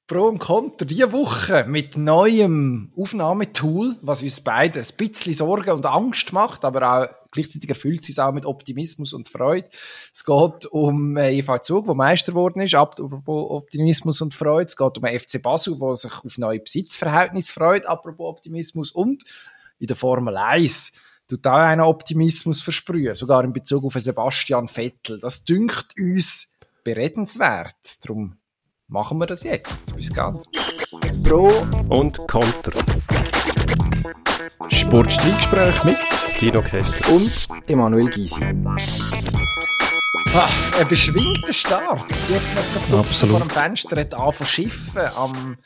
Pro und Contra diese Woche mit neuem Aufnahmetool, was uns beide ein bisschen Sorgen und Angst macht, aber auch gleichzeitig erfüllt es uns auch mit Optimismus und Freude. Es geht um EV Zug, der Meister geworden ist, apropos Optimismus und Freude. Es geht um den FC Basel, der sich auf neue Besitzverhältnisse freut, apropos Optimismus. Und in der Formel 1 tut auch einen Optimismus versprühen, sogar in Bezug auf Sebastian Vettel. Das dünkt uns beredenswert. Darum machen wir das jetzt. Bis ganz. Pro und Contra. Sportstreitgespräch mit Dino Kessler und Emanuel Gysi. Ein beschwingter Start. Jetzt draussen vor dem Fenster hat angefangen schiffen am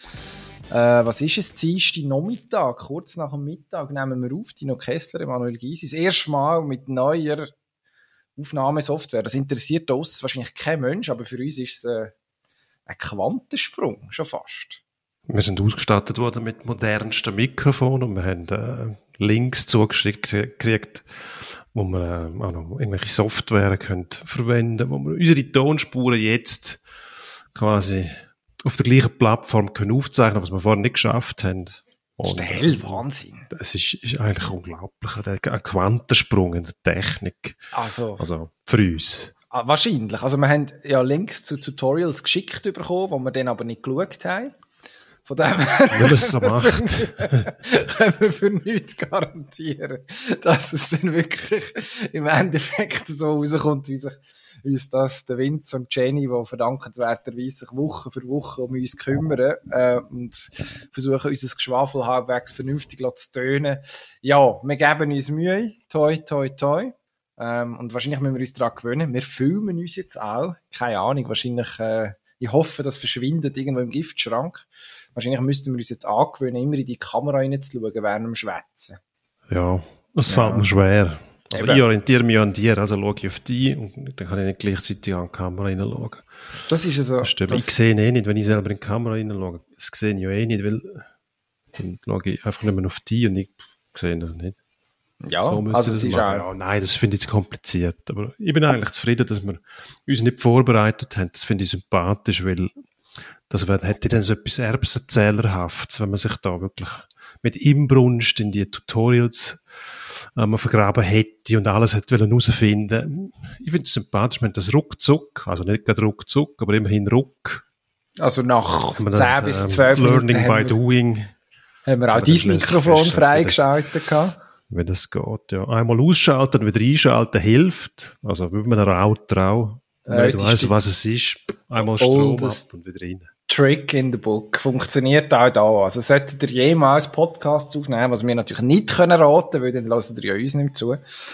was ist es? Dienstag Nachmittag, kurz nach dem Mittag nehmen wir auf. Dino Kessler, Emanuel Gysi. Das erste Mal mit neuer Aufnahmesoftware. Das interessiert uns wahrscheinlich kein Mensch, aber für uns ist es ein Quantensprung, schon fast. Wir sind ausgestattet worden mit modernsten Mikrofonen und wir haben Links zugeschickt gekriegt, wo wir auch noch irgendwelche Software können verwenden, wo wir unsere Tonspuren jetzt quasi auf der gleichen Plattform können aufzeichnen, was wir vorher nicht geschafft haben. Das ist der helle Wahnsinn. Das ist eigentlich unglaublich, ein Quantensprung in der Technik. Also für uns. Wahrscheinlich. Also wir haben ja Links zu Tutorials geschickt bekommen, die wir dann aber nicht geschaut haben. Von dem her wenn man es so macht, können wir für nichts garantieren, dass es dann wirklich im Endeffekt so rauskommt, wie sich uns das der Vince und Jenny, die verdankenswerterweise sich Woche für Woche um uns kümmern und versuchen, unser Geschwafel halbwegs vernünftig zu tönen. Ja, wir geben uns Mühe. Toi, toi, toi. Und wahrscheinlich müssen wir uns daran gewöhnen. Wir filmen uns jetzt auch. Keine Ahnung, wahrscheinlich, ich hoffe, das verschwindet irgendwo im Giftschrank. Wahrscheinlich müssten wir uns jetzt angewöhnen, immer in die Kamera reinzuschauen, während wir schwätzen. Ja, das fällt mir schwer. Aber ich orientiere mich an dir, also schaue ich auf dich und dann kann ich nicht gleichzeitig an die Kamera hineinschauen. Das ist so. Ich sehe eh nicht, wenn ich selber in die Kamera hineinschaue. Das sehe ich ja eh nicht, weil dann schaue ich einfach nicht mehr auf dich und ich sehe das nicht. Ja, so also es ist auch... Ja, nein, das finde ich zu kompliziert. Aber ich bin eigentlich zufrieden, dass wir uns nicht vorbereitet haben. Das finde ich sympathisch, weil das hätte dann so etwas Erbsenzählerhaftes, wenn man sich da wirklich mit Inbrunst in die Tutorials vergraben hätte und alles hätte herausfinden. Ich finde es sympathisch, wenn das ruckzuck, also nicht gerade ruckzuck, aber immerhin ruck. Also nach 10 bis 12 Minuten Learning by doing. Haben wir auch dein Mikrofon freigeschaltet gehabt. Wenn das geht, ja. Einmal ausschalten, wieder einschalten hilft. Also, wie man einen Router auch. Wenn du weißt, was es ist, einmal Strom ab und wieder rein. Trick in the book. Funktioniert auch da. Also, solltet ihr jemals Podcasts aufnehmen, was wir natürlich nicht können raten, weil dann hören ihr ja uns nicht zu.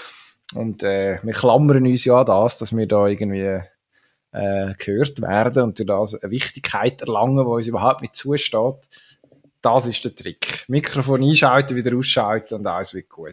Und, wir klammern uns ja an das, dass wir da irgendwie, gehört werden und durch das eine Wichtigkeit erlangen, die uns überhaupt nicht zusteht. Das ist der Trick. Mikrofon einschalten, wieder ausschalten und alles wird gut.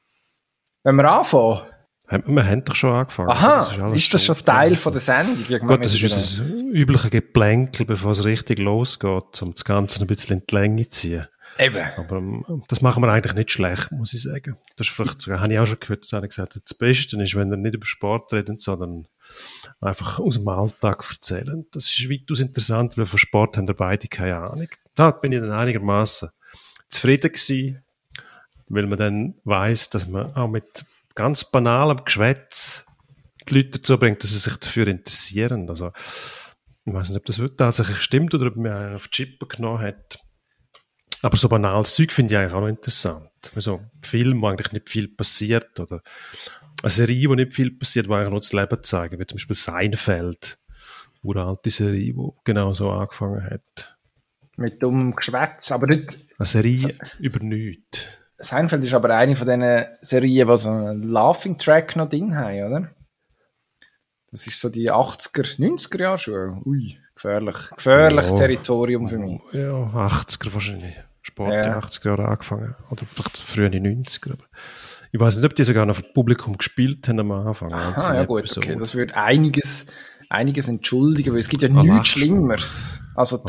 Wenn wir anfangen. Wir haben doch schon angefangen. Aha, ist das schon Teil von der Sendung? Gut, das ist unser übliches Geplänkel, bevor es richtig losgeht, um das Ganze ein bisschen in die Länge zu ziehen. Eben. Aber das machen wir eigentlich nicht schlecht, muss ich sagen. Das ist vielleicht sogar, habe ich auch schon gehört, dass einer gesagt hat, das Beste ist, wenn er nicht über Sport redet, sondern einfach aus dem Alltag erzählen. Das ist weitaus interessant, weil von Sport haben wir beide keine Ahnung. Da bin ich dann einigermaßen zufrieden gewesen, weil man dann weiss, dass man auch mit ganz banalem Geschwätz die Leute dazu bringt, dass sie sich dafür interessieren. Also, ich weiss nicht, ob das tatsächlich stimmt oder ob man einen auf die Chippe genommen hat. Aber so banales Zeug finde ich eigentlich auch noch interessant. So Film, wo eigentlich nicht viel passiert, oder eine Serie, wo nicht viel passiert, wo eigentlich nur das Leben zeigen, wie zum Beispiel Seinfeld, uralte Serie, die genau so angefangen hat. Mit dummem Geschwätz, aber nicht... Eine Serie über nichts. Seinfeld ist aber eine von diesen Serien, die so einen Laughing-Track noch drin haben, oder? Das ist so die 80er, 90er Jahre schon. Ui, gefährliches Territorium für mich. Ja, 80er wahrscheinlich. Sport in den 80er Jahren angefangen. Oder vielleicht frühe 90er. Aber ich weiß nicht, ob die sogar noch für das Publikum gespielt haben am Anfang. Ah, ja gut, okay. Das würde einiges entschuldigen, weil es gibt ja nichts Schlimmeres. Also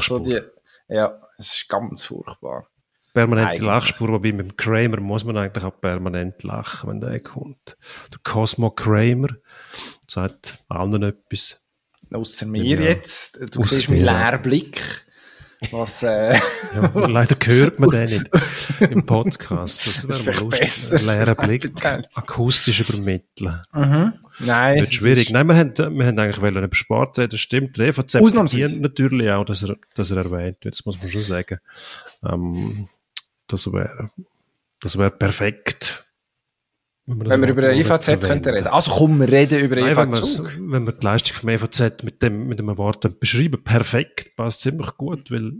ja, es ist ganz furchtbar. Permanente Lachspur, wobei mit dem Kramer muss man eigentlich auch permanent lachen, wenn der kommt. Der Cosmo Kramer sagt allen etwas. Ausser mir jetzt. Du siehst meinen leeren Blick. Was, Ja, leider hört man den nicht im Podcast. Das wäre mal lustig. Einen leeren Blick akustisch übermitteln. Mhm. Nein. Wird schwierig. Nein, wir haben eigentlich über Sport reden. Stimmt, der EVZ verdient natürlich auch, dass er erwähnt wird. Das muss man schon sagen. Das wäre perfekt. Wenn wir über den EVZ könnten reden. Also komm, wir reden über den EVZ. Wenn wir die Leistung vom EVZ mit dem Wort beschreiben, perfekt, passt ziemlich gut, weil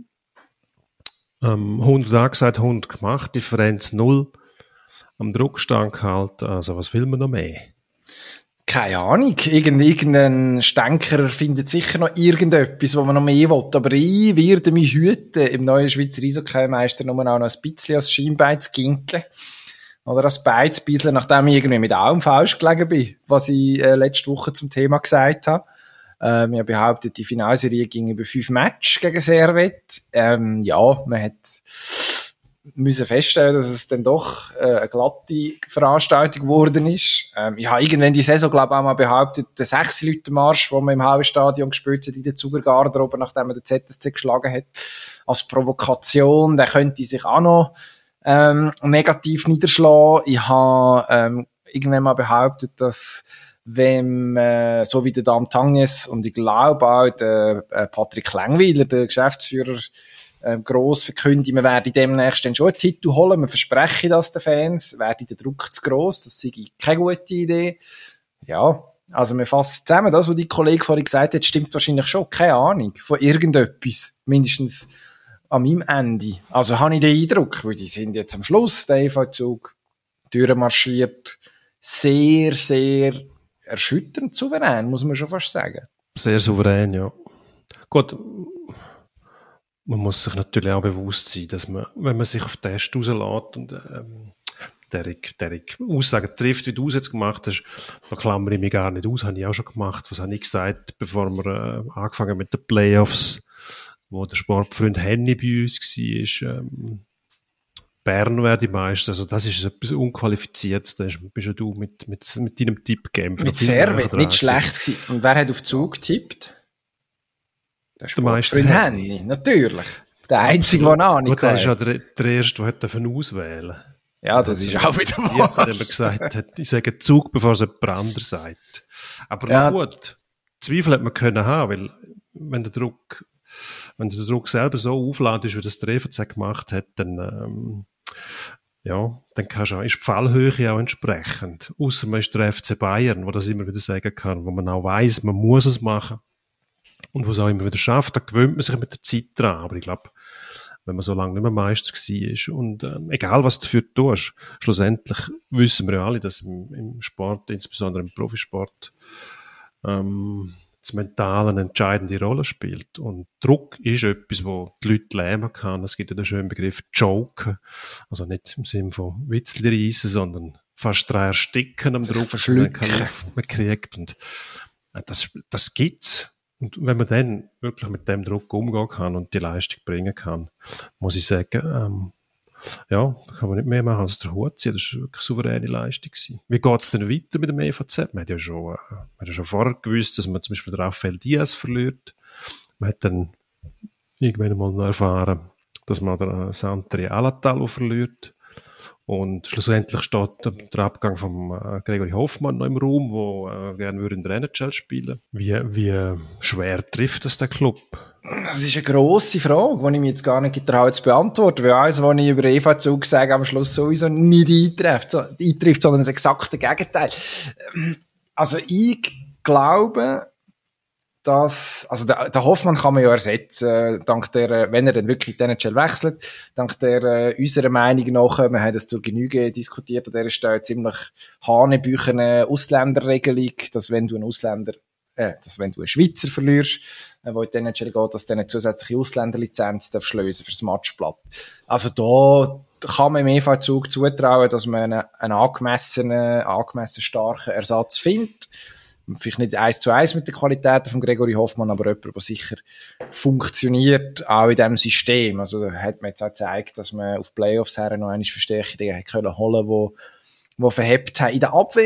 100 angesagt, 100 gemacht, Differenz 0, am Druckstand gehalten, also was will man noch mehr? Keine Ahnung, irgendein Stänker findet sicher noch irgendetwas, wo man noch mehr will, aber ich werde mich hüten, im neuen Schweizer Eishockey-Meister nur auch noch ein bisschen als Schienbein zu ginkeln. Oder als Bein zu bisseln, nachdem ich irgendwie mit Augen falsch gelegen bin, was ich letzte Woche zum Thema gesagt habe. Ich habe behauptet, die Finalserie ging über 5 Matches gegen Servette. Ja, man hat müssen feststellen, dass es dann doch eine glatte Veranstaltung geworden ist. Ich habe irgendwann die Saison, glaube ich, auch mal behauptet, der 6-Leute-Marsch, den man im Hallenstadion gespielt hat, in der Zugergarderobe, nachdem man den ZSC geschlagen hat, als Provokation, der könnte sich auch noch negativ niederschlagen. Ich habe irgendwann mal behauptet, dass wenn so wie der Dan Tangnes und ich glaube auch der Patrick Längweiler, der Geschäftsführer, gross verkündigen, wir werden demnächst dann schon einen Titel holen, wir versprechen das den Fans, werde der Druck zu gross, das sei keine gute Idee. Ja, also wir fassen zusammen, das, was die Kollege vorhin gesagt hat, stimmt wahrscheinlich schon, keine Ahnung, von irgendetwas, mindestens an meinem Ende. Also habe ich den Eindruck, weil die sind jetzt am Schluss, der EV-Zug, durchmarschiert, sehr, sehr erschütternd souverän, muss man schon fast sagen. Sehr souverän, ja. Gut, man muss sich natürlich auch bewusst sein, dass man, wenn man sich auf den Test rauslässt und der Aussagen trifft, wie du es jetzt gemacht hast, da klammere ich mich gar nicht aus, habe ich auch schon gemacht. Was habe ich gesagt, bevor wir angefangen mit den Playoffs, wo der Sportfreund Henny bei uns war, Bern wäre die Meister, also das ist etwas Unqualifiziertes, da bist ja du mit deinem Tippgame. Mit Servet, nicht schlecht gewesen. Und wer hat auf Zug getippt? Der Sportfreund Henny, natürlich. Der Einzige, der noch nicht der ist ja der Erste, der auswählen darf. Ja, das ist auch wieder wahr. Wenn man gesagt hat, ich sage Zug, bevor es jemand anderes sagt. Aber ja, gut, Zweifel hat man können haben, weil wenn der Druck selber so aufladet ist, wie das der EVZ gemacht hat, dann kannst du auch, ist die Fallhöhe auch entsprechend. Ausser man ist der FC Bayern, wo das immer wieder sagen kann, wo man auch weiss, man muss es machen. Und wo es auch immer wieder schafft, da gewöhnt man sich mit der Zeit dran. Aber ich glaube, wenn man so lange nicht mehr Meister war und egal was du dafür tust, schlussendlich wissen wir ja alle, dass im Sport, insbesondere im Profisport, das Mentale eine entscheidende Rolle spielt. Und Druck ist etwas, wo die Leute lähmen kann. Es gibt ja den schönen Begriff Joken. Also nicht im Sinne von Witzli reissen, sondern fast ersticken am Druck, man kriegt. Und das gibt's. Und wenn man dann wirklich mit dem Druck umgehen kann und die Leistung bringen kann, muss ich sagen, da kann man nicht mehr machen als der Hut ziehen. Das war wirklich eine souveräne Leistung gewesen. Wie geht es denn weiter mit dem EVZ? Man hat ja schon vorher gewusst, dass man zum Beispiel Rafael Diaz verliert. Man hat dann irgendwann mal noch erfahren, dass man den Santeri Alatalo verliert. Und schlussendlich steht der Abgang von Gregory Hoffmann noch im Raum, der gerne in der NHL spielen würde. Wie schwer trifft das der Club? Das ist eine grosse Frage, die ich mir jetzt gar nicht getraue zu beantworten, weil alles, was ich über EV-Zug sage, am Schluss sowieso nicht eintrifft, sondern das exakte Gegenteil. Also ich glaube, dass, also der Hoffmann kann man ja ersetzen, dank der, wenn er dann wirklich die NHL wechselt, dank der, unserer Meinung nach, wir haben das durch Genüge diskutiert, an dieser Stelle ziemlich hanebüchene Ausländerregelung, dass wenn du einen Schweizer verlierst, wo in die NHL geht, dass du eine zusätzliche Ausländerlizenz lösen fürs Matchblatt. Also da kann man im EV-Zug zutrauen, dass man einen angemessen starken Ersatz findet. Vielleicht nicht 1:1 mit den Qualitäten von Gregory Hoffmann, aber jemand, der sicher funktioniert, auch in diesem System. Also da hat man jetzt auch gezeigt, dass man auf Playoffs her noch eine Verstärkung holen können, die verhebt haben. In der Abwehr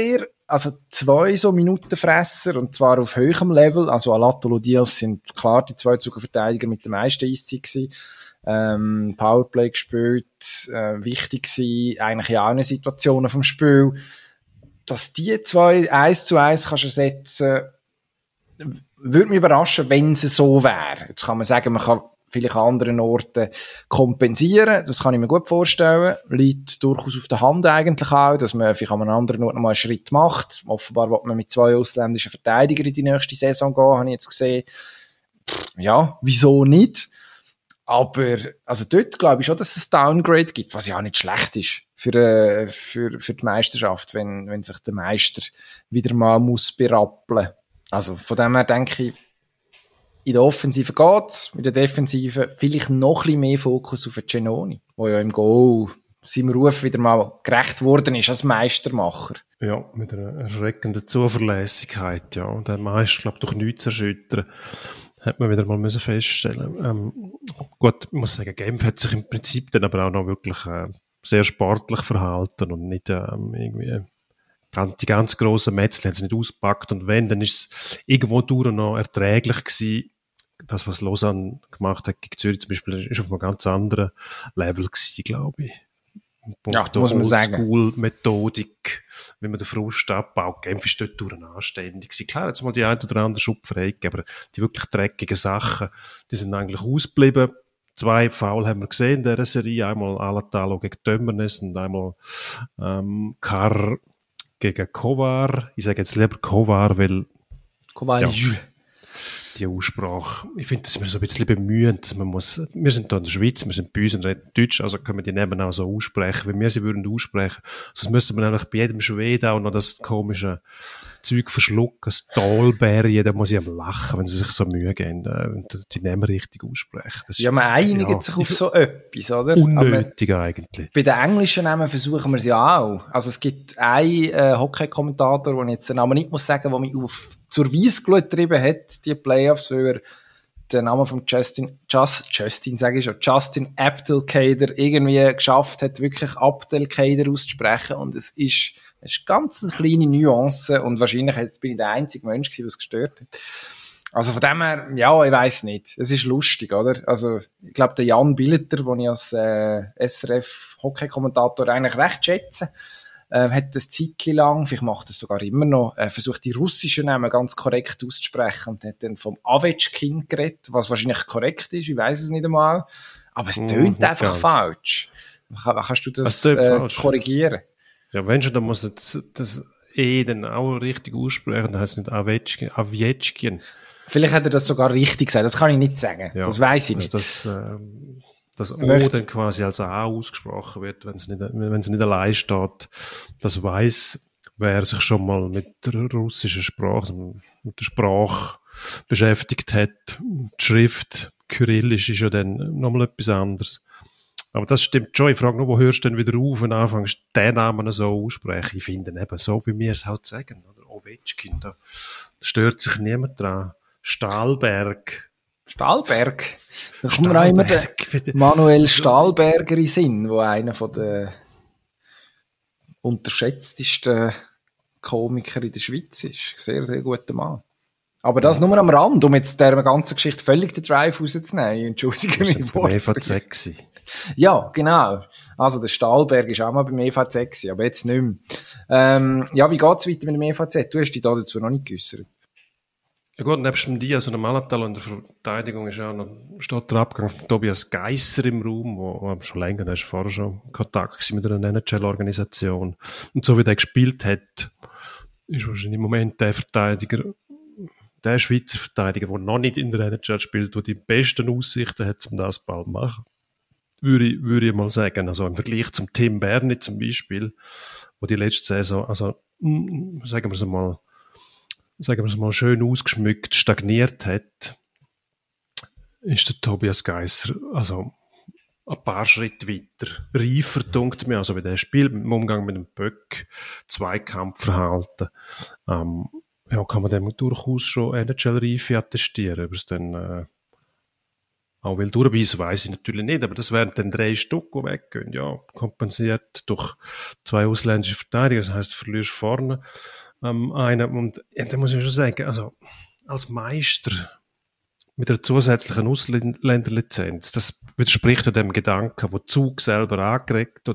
also 2 so Minutenfresser, und zwar auf höherem Level. Also Alatolo Diaz sind klar die 2 Zuckerverteidiger mit der meisten Eiszeit gewesen. Powerplay gespielt, wichtig gewesen, eigentlich in allen Situationen vom Spiel. Dass die 2 1:1 kannst ersetzen, würde mich überraschen, wenn es so wäre. Jetzt kann man sagen, man kann vielleicht an anderen Orten kompensieren. Das kann ich mir gut vorstellen. Liegt durchaus auf der Hand eigentlich auch, dass man vielleicht an einem anderen Ort nochmal einen Schritt macht. Offenbar will man mit 2 ausländischen Verteidigern in die nächste Saison gehen, habe ich jetzt gesehen. Ja, wieso nicht? Aber, also dort glaube ich schon, dass es ein Downgrade gibt, was ja auch nicht schlecht ist für die Meisterschaft, wenn sich der Meister wieder mal muss berappeln. Also von dem her denke ich, in der Offensive geht's, in der Defensive vielleicht noch ein bisschen mehr Fokus auf den Genoni, wo ja im Goal seinem Ruf wieder mal gerecht worden ist als Meistermacher. Ja, mit einer erschreckenden Zuverlässigkeit, ja. Und der Meister, glaube ich, durch nichts zu erschüttern, hat man wieder mal müssen feststellen. Gut, ich muss sagen, Genf hat sich im Prinzip dann aber auch noch wirklich sehr sportlich verhalten und nicht irgendwie die ganz grossen Metzel haben sie nicht ausgepackt, und wenn, dann ist es irgendwo durch noch erträglich gewesen. Das, was Lausanne gemacht hat gegen Zürich zum Beispiel, ist auf einem ganz anderen Level gewesen, glaube ich. Ja, muss man sagen. Oldschool-Methodik, wie man den Frust abbaut. Genf ist dort durch anständig gewesen. Klar, jetzt mal die ein oder andere Schubfrei, aber die wirklich dreckigen Sachen, die sind eigentlich ausgeblieben. 2 Foul haben wir gesehen in dieser Serie. Einmal Alatalo gegen Tömmernes und einmal Carr gegen Kovar. Ich sage jetzt lieber Kovar, weil Kovar, die Aussprache, ich finde, dass wir so ein bisschen bemühen, dass wir sind da in der Schweiz, wir sind bei uns und reden Deutsch, also können wir die neben auch so aussprechen, wie wir sie würden aussprechen. Sonst müsste man nämlich bei jedem Schweden auch noch das komische Zeug verschlucken, das Talberry, da muss ich am lachen, wenn sie sich so Mühe geben, die nehmen richtig aussprechen. Ja, man einigt sich auf so etwas, oder? Unnötig eigentlich. Bei den englischen Namen versuchen wir es ja auch. Also es gibt einen Hockey-Kommentator, den ich jetzt den Namen nicht muss sagen, der mich zur Weissglut getrieben hat, die Playoffs, weil er den Namen von Justin Abdelkader irgendwie geschafft hat, wirklich Abdelkader auszusprechen, und es ist ganz eine kleine Nuance, und wahrscheinlich bin ich der einzige Mensch gewesen, der es gestört hat. Also von dem her, ja, ich weiss nicht. Es ist lustig, oder? Also, ich glaube, der Jan Billeter, den ich als SRF-Hockey-Kommentator eigentlich recht schätze, hat das Zeitchen lang, vielleicht macht es sogar immer noch, versucht, die russischen Namen ganz korrekt auszusprechen, und hat dann vom Ovechkin geredet, was wahrscheinlich korrekt ist, ich weiss es nicht einmal, aber es tönt einfach falsch. Kannst du das korrigieren? Ja, wenn schon, dann muss das dann auch richtig aussprechen, dann heißt es nicht Ovechkin. Vielleicht hat er das sogar richtig gesagt, das kann ich nicht sagen, ja, das weiss ich nicht. Das O dann quasi als A ausgesprochen wird, wenn es nicht allein steht. Das weiss, wer sich schon mal mit der russischen Sprache, mit der Sprache beschäftigt hat. Die Schrift, Kyrillisch, ist ja dann nochmal etwas anderes. Aber das stimmt schon. Ich frage nur, wo hörst du denn wieder auf, wenn du anfängst, den Namen so aussprechen? Ich finde eben so, wie wir es halt sagen, oder? Ovechkin, da stört sich niemand dran. Stahlberg. Da kommt mir auch immer der Manuel Stahlberger in den Sinn, der einer von den unterschätztesten Komiker in der Schweiz ist. Sehr, sehr guter Mann. Aber das nur am Rand, um jetzt der ganzen Geschichte völlig den Drive rauszunehmen. Entschuldige mich. Das war beim EVZ gewesen. Ja, genau. Also der Stahlberg ist auch mal beim EVZ gewesen, aber jetzt nicht mehr. Ja, wie geht's weiter mit dem EVZ? Du hast dich da dazu noch nicht geäussert. Ja gut, nebst dem Diaz und dem Alatalo in der Verteidigung ist ja noch, steht der Abgang von Tobias Geisser im Raum, wo schon länger, der ist vorher schon in Kontakt mit einer NHL-Organisation. Und so wie der gespielt hat, ist wahrscheinlich im Moment der Schweizer Verteidiger, der noch nicht in der NHL spielt, der die besten Aussichten hat, um das bald zu machen. Würde ich mal sagen. Also im Vergleich zum Tim Berni zum Beispiel, wo die letzte Saison, also sagen wir es mal schön ausgeschmückt, stagniert hat, ist der Tobias Geisser also ein paar Schritte weiter. Reifer, dunkt mir, also wie der spielt, im Umgang mit dem Böck, Zweikampfverhalten, ja, kann man dem durchaus schon NHL-Reife attestieren. Aber es dann auch will durchbeissen, weiss ich natürlich nicht, aber das wären dann 3 Stück, die weggehen. Ja, kompensiert durch 2 ausländische Verteidiger, das heisst, du verlierst vorne. Einen. Und ja, da muss ich schon sagen, also als Meister mit einer zusätzlichen Ausländerlizenz, das widerspricht ja dem Gedanken, wo die Zug selber angeregt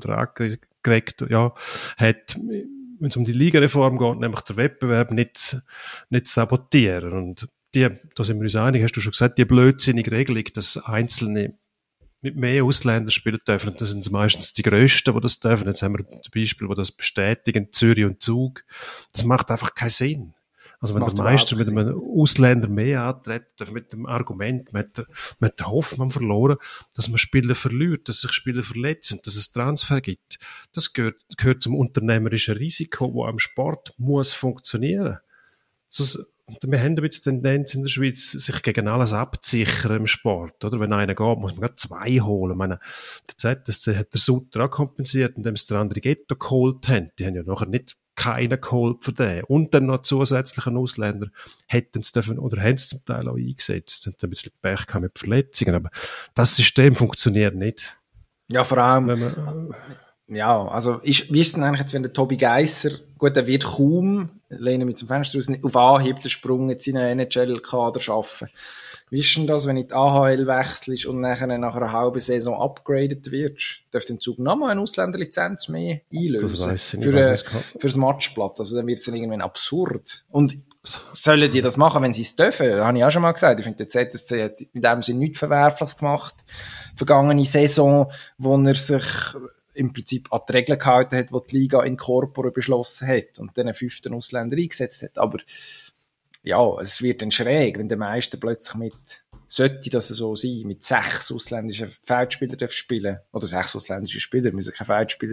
ja, hat, wenn es um die Ligareform geht, nämlich der Wettbewerb nicht sabotieren. Und da sind wir uns einig, hast du schon gesagt, die blödsinnige Regelung, dass Einzelne mit mehr Ausländern spielen dürfen, und das sind meistens die Grössten, die das dürfen. Jetzt haben wir zum Beispiel, die das bestätigen, Zürich und Zug. Das macht einfach keinen Sinn. Also wenn der Meister mit einem Ausländer mehr antritt, mit dem Argument, man hat den Hoffmann verloren, dass man Spieler verliert, dass sich Spieler verletzen, dass es Transfer gibt. Das gehört zum unternehmerischen Risiko, das am Sport muss funktionieren. Wir haben ein bisschen Tendenz in der Schweiz, sich gegen alles abzusichern im Sport. Oder? Wenn einer geht, muss man gerade 2 holen. Ich meine, der ZSC hat der Sutter auch kompensiert, indem sie den anderen Ghetto geholt haben. Die haben ja nachher nicht keinen geholt für den. Und dann noch zusätzlichen Ausländer hätten sie dürfen, oder haben sie zum Teil auch eingesetzt. Und ein bisschen Pech gehabt mit Verletzungen. Aber das System funktioniert nicht. Ja, vor allem, ja, also wie ist es denn eigentlich jetzt, wenn der Tobi Geisser, gut, er wird kaum, lehne mich zum Fenster raus, auf Anhieb den Sprung jetzt in einen NHL-Kader schaffen. Wie ist denn das, wenn in die AHL wechselst und nachher nach einer halben Saison upgraded wirst? Darf den Zug nochmal eine Ausländerlizenz mehr einlösen? Das weiss ich nicht, für das Matchblatt. Also dann wird es dann irgendwann absurd. Und sollen die das machen, wenn sie es dürfen? Das habe ich auch schon mal gesagt. Ich finde, der ZSC hat in dem Sinne nichts Verwerfliches gemacht. Vergangene Saison, wo er sich im Prinzip an die Regeln gehalten hat, die die Liga in Corpore beschlossen hat und dann einen 5. Ausländer eingesetzt hat. Aber ja, es wird dann schräg, wenn der Meister plötzlich sollte das so sein, mit 6 ausländischen Feldspielern spielen darf. Oder 6 ausländische Spieler, müssen keine Feldspieler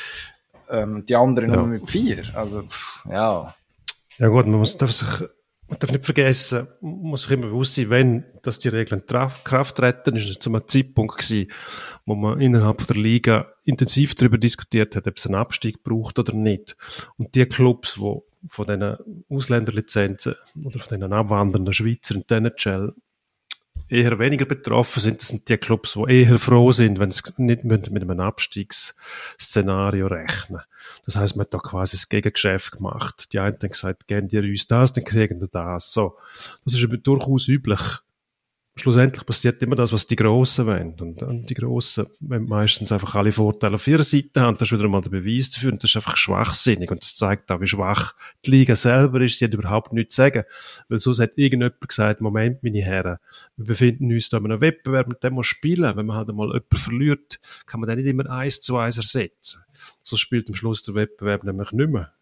sein. Die anderen nur mit 4. Also, ja. Ja gut, man darf nicht vergessen, man muss sich immer bewusst sein, wenn dass die Regeln in Kraft treten, ist es zu einem Zeitpunkt gewesen, wo man innerhalb der Liga intensiv darüber diskutiert hat, ob es einen Abstieg braucht oder nicht. Und die Clubs, die von diesen Ausländerlizenzen oder von diesen abwandernden Schweizer in den NHL eher weniger betroffen sind, das sind die Clubs, die eher froh sind, wenn sie nicht mit einem Abstiegsszenario rechnen. Das heisst, man hat da quasi das Gegengeschäft gemacht. Die einen haben gesagt, geben die uns das, dann kriegen wir das. So. Das ist aber durchaus üblich. Schlussendlich passiert immer das, was die Grossen wollen. Und die Grossen wollen meistens einfach alle Vorteile auf ihrer Seite haben. Das ist wieder mal der Beweis dafür. Und das ist einfach schwachsinnig. Und das zeigt auch, wie schwach die Liga selber ist. Sie hat überhaupt nichts zu sagen. Weil sonst hat irgendjemand gesagt, Moment, meine Herren, wir befinden uns da in einem Wettbewerb, mit dem man spielen. Wenn man halt einmal jemanden verliert, kann man den nicht immer 1:1 ersetzen. So spielt am Schluss der Wettbewerb nämlich nicht mehr.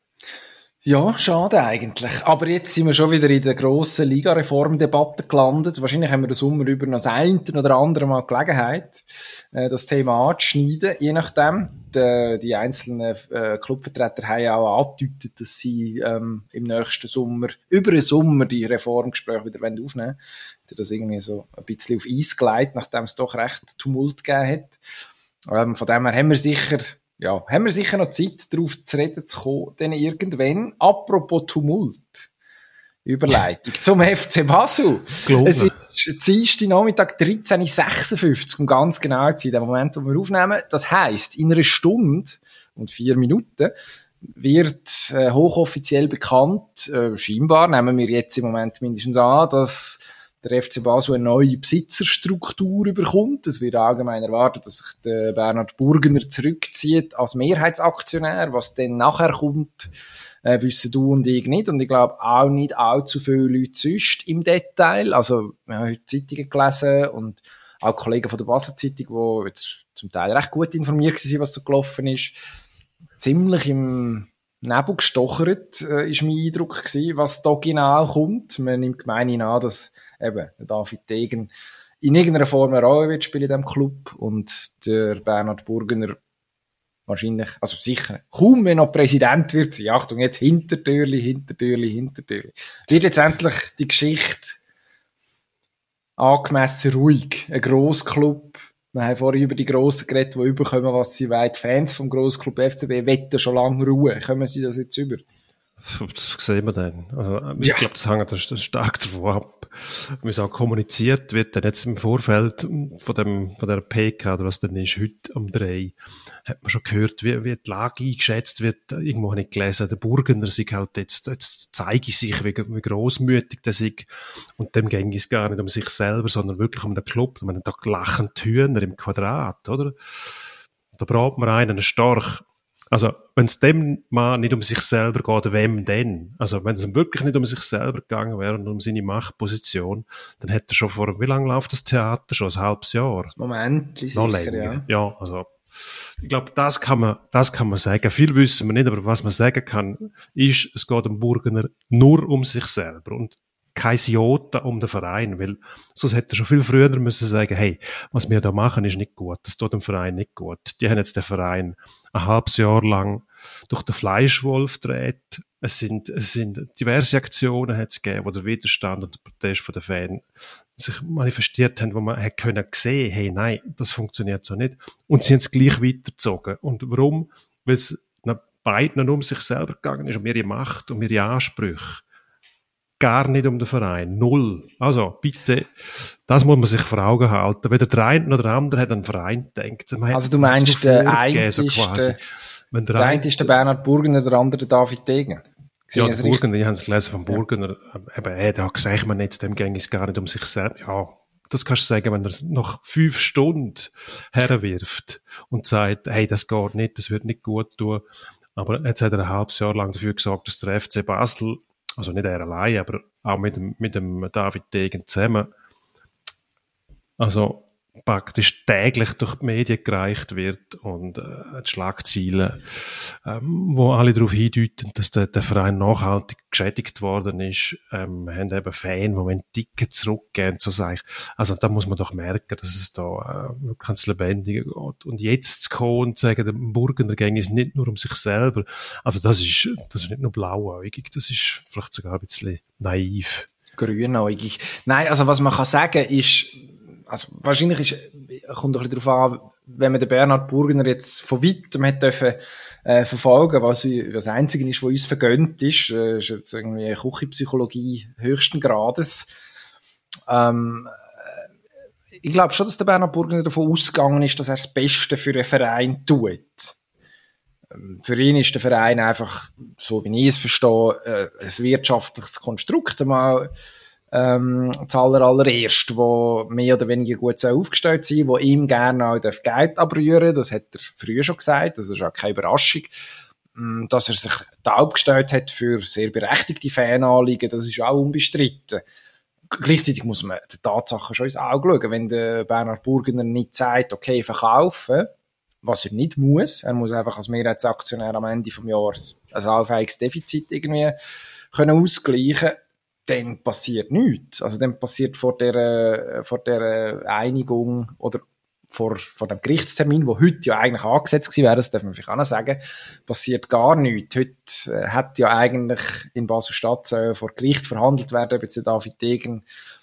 Ja, schade eigentlich. Aber jetzt sind wir schon wieder in der grossen Liga-Reform-Debatte gelandet. Wahrscheinlich haben wir den Sommer über noch das eine oder andere Mal Gelegenheit, das Thema anzuschneiden. Je nachdem. Die einzelnen Clubvertreter haben ja auch angedeutet, dass sie im nächsten Sommer, über den Sommer, die Reformgespräche wieder aufnehmen wollen. Das irgendwie so ein bisschen auf Eis gelegt, nachdem es doch recht Tumult gegeben hat. Von dem her haben wir sicher noch Zeit, darauf zu reden zu kommen, denn irgendwann, apropos Tumult, Überleitung zum FC Basel. Es ist Dienstag Nachmittag 13:56, um ganz genau zu sein, der Moment, wo wir aufnehmen. Das heisst, in einer Stunde und 4 Minuten wird hochoffiziell bekannt, scheinbar, nehmen wir jetzt im Moment mindestens an, dass der FC Basel eine neue Besitzerstruktur bekommt. Es wird allgemein erwartet, dass sich der Bernhard Burgener zurückzieht als Mehrheitsaktionär. Was dann nachher kommt, wissen du und ich nicht. Und ich glaube auch nicht allzu viele Leute sonst im Detail. Also, wir haben heute Zeitungen gelesen und auch Kollegen von der Basler Zeitung, die jetzt zum Teil recht gut informiert waren, was so gelaufen ist. Ziemlich im Nebel gestochert, ist mein Eindruck gewesen, was da genau kommt. Man nimmt gemeinhin an, dass eben David Degen in irgendeiner Form eine Rolle wird spielen in diesem Club und der Bernhard Burgener wahrscheinlich, also sicher, kaum wenn noch Präsident wird sein. Achtung, jetzt Hintertürli. Wird jetzt endlich die Geschichte angemessen ruhig. Ein Grossclub. Wir haben vorhin über die Grossen geredet, die überkommen, was sie wollen. Die Fans vom Grossclub FCB wetten schon lange Ruhe. Kommen sie das jetzt über? Das sehen wir dann. Also, ich glaube, das hängt das stark davon ab, wie es auch kommuniziert wird. Dann jetzt im Vorfeld von der PK, oder was dann ist, heute um 3, hat man schon gehört, wie die Lage eingeschätzt wird. Irgendwo habe ich gelesen, der Burgener sei halt jetzt zeige sich, wie grossmütig der sei. Und dem ging es gar nicht um sich selber, sondern wirklich um den Club. Man hat da lachend Hühner im Quadrat, oder? Da braucht man einen stark. Also, wenn es dem mal nicht um sich selber geht, wem denn? Also, wenn es ihm wirklich nicht um sich selber gegangen wäre und um seine Machtposition, dann hätte er schon wie lange läuft das Theater? Schon ein halbes Jahr? Moment, sicher, noch länger. Ja, also, ich glaube, das kann man sagen. Viel wissen wir nicht, aber was man sagen kann, ist, es geht dem Burgener nur um sich selber und kein Jota um den Verein, weil sonst hätte er schon viel früher müssen sagen, hey, was wir da machen, ist nicht gut, das tut dem Verein nicht gut. Die haben jetzt den Verein ein halbes Jahr lang durch den Fleischwolf gedreht. Es sind diverse Aktionen hat's gegeben, wo der Widerstand und der Protest von den Fans sich manifestiert haben, wo man hätte können sehen, hey, nein, das funktioniert so nicht. Und sie haben es gleich weitergezogen. Und warum? Weil es beiden nur um sich selber gegangen ist, um ihre Macht, um ihre Ansprüche. Gar nicht um den Verein. Null. Also, bitte, das muss man sich vor Augen halten. Weder der eine noch der andere hat an den Verein gedacht. Also, du meinst, der eine ist der Bernhard Burgener, der andere der David Degen? Ja, der Burgener, ich habe es gelesen vom Burgener. Eben, da sagt man jetzt, dem ging es gar nicht um sich selbst. Ja, das kannst du sagen, wenn er es nach 5 Stunden herwirft und sagt, hey, das geht nicht, das wird nicht gut tun. Aber jetzt hat er ein halbes Jahr lang dafür gesorgt, dass der FC Basel, also nicht er allein, aber auch mit dem David Degen zusammen, also praktisch täglich durch die Medien gereicht wird und die Schlagzeilen, wo alle darauf hindeuten, dass der Verein nachhaltig geschädigt worden ist, haben eben Fans, die Tickets zurückgeben, so sage ich. Also da muss man doch merken, dass es da wirklich ans Lebendige geht. Und jetzt zu kommen und zu sagen, der Burgener ging es nicht nur um sich selber, also das ist nicht nur blauäugig, das ist vielleicht sogar ein bisschen naiv. Grünäugig. Nein, also was man kann sagen ist, also wahrscheinlich kommt ein bisschen darauf an, wenn man den Bernhard Burgener jetzt von weitem hat dürfen verfolgen, was das Einzige ist, was uns vergönnt ist jetzt irgendwie Küchenpsychologie höchsten Grades. Ich glaube schon, dass der Bernhard Burgener davon ausgegangen ist, dass er das Beste für einen Verein tut. Für ihn ist der Verein einfach, so wie ich es verstehe, ein wirtschaftliches Konstrukt, einmal das allererste, wo mehr oder weniger gut aufgestellt sein, wo ihm gerne auch Geld abrühren, das hat er früher schon gesagt, das ist auch keine Überraschung, dass er sich taub gestellt hat für sehr berechtigte Fananliegen, das ist auch unbestritten. Gleichzeitig muss man die Tatsachen schon ins Auge schauen, wenn der Bernhard Burgener nicht sagt, okay, verkaufen, was er nicht muss, er muss einfach als Mehrheitsaktionär am Ende des Jahres ein allfälliges Defizit irgendwie können ausgleichen, dann passiert nichts. Also dann passiert vor der Einigung oder vor dem Gerichtstermin, wo heute ja eigentlich angesetzt gewesen wäre, das darf man vielleicht auch noch sagen, passiert gar nichts. Heute hat ja eigentlich in Basel-Stadt vor Gericht verhandelt werden, ob jetzt der David Degen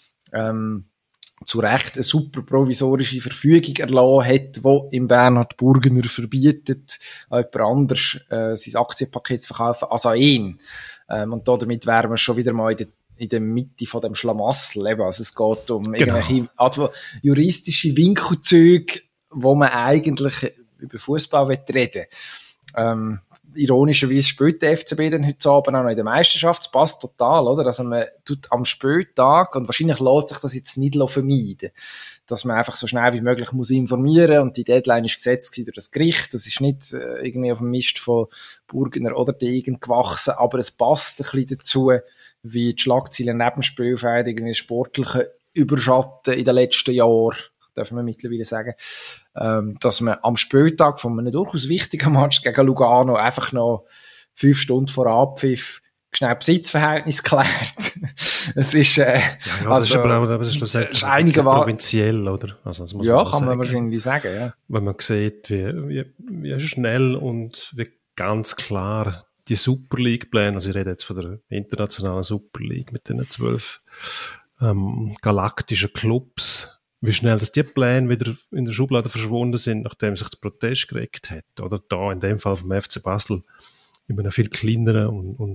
zu Recht eine super provisorische Verfügung erlassen hat, die im Bernhard Burgener verbietet, an jemand anders sein Aktienpaket zu verkaufen, als an ihn. Und damit wären wir schon wieder mal in der Mitte von dem Schlamassel. Also es geht um irgendwelche juristische Winkelzüge, wo man eigentlich über Fußball reden will. Ironischerweise spielt der FCB dann heute Abend auch noch in der Meisterschaft. Das passt total, oder? Also man tut am Spieltag, und wahrscheinlich lässt sich das jetzt nicht vermeiden, dass man einfach so schnell wie möglich muss informieren, und die Deadline ist gesetzt durch das Gericht. Das ist nicht irgendwie auf dem Mist von Burgener oder Degen gewachsen, aber es passt ein bisschen dazu, wie die Schlagzeilen neben Spielfeld irgendwie sportliche Überschatten in den letzten Jahren, darf man mittlerweile sagen, dass man am Spieltag von einem durchaus wichtigen Match gegen Lugano einfach noch 5 Stunden vor Abpfiff schnell Besitzverhältnis klärt. Es ist, das ist aber auch schlussendlich provinziell, oder? Also, das muss man kann man wahrscheinlich sagen, ja. Wenn man sieht, wie schnell und wie ganz klar die Super League-Pläne, also ich rede jetzt von der internationalen Super League mit den 12 galaktischen Clubs, wie schnell dass die Pläne wieder in der Schublade verschwunden sind, nachdem sich der Protest geregt hat. Oder da in dem Fall vom FC Basel in einem viel kleineren und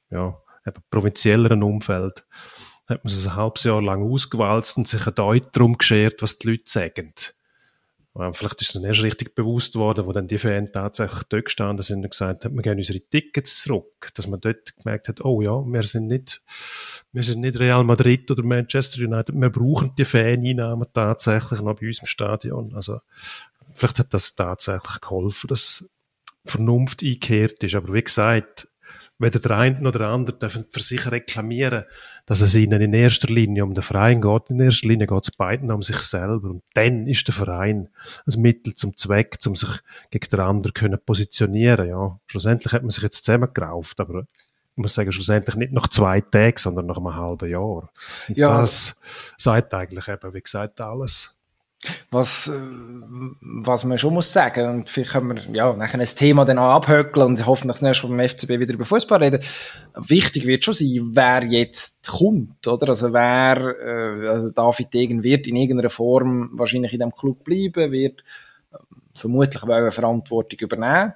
eben provinzielleren Umfeld, hat man es ein halbes Jahr lang ausgewalzt und sich ein Deut darum geschert, was die Leute sagen. Vielleicht ist es dann erst richtig bewusst worden, wo dann die Fans tatsächlich dort gestanden sind und gesagt haben, wir geben unsere Tickets zurück. Dass man dort gemerkt hat, oh ja, wir sind nicht Real Madrid oder Manchester United, wir brauchen die Faneinnahmen tatsächlich noch bei uns im Stadion. Also, vielleicht hat das tatsächlich geholfen, dass Vernunft eingekehrt ist. Aber wie gesagt, weder der eine noch der andere dürfen für sich reklamieren, dass es ihnen in erster Linie um den Verein geht. In erster Linie geht es beiden um sich selber. Und dann ist der Verein ein Mittel zum Zweck, um sich gegen den anderen können positionieren. Ja, schlussendlich hat man sich jetzt zusammengerauft, aber ich muss sagen, schlussendlich nicht nach 2 Tagen, sondern nach einem halben Jahr. Und Ja, das sagt eigentlich eben, wie gesagt, alles. Was man schon muss sagen, und vielleicht können wir nachher ein Thema dann auch abhökeln und hoffentlich das nächste Mal beim FCB wieder über Fußball reden. Wichtig wird schon sein, wer jetzt kommt, oder? Also also David Degen wird in irgendeiner Form wahrscheinlich in dem Club bleiben, wird vermutlich auch eine Verantwortung übernehmen.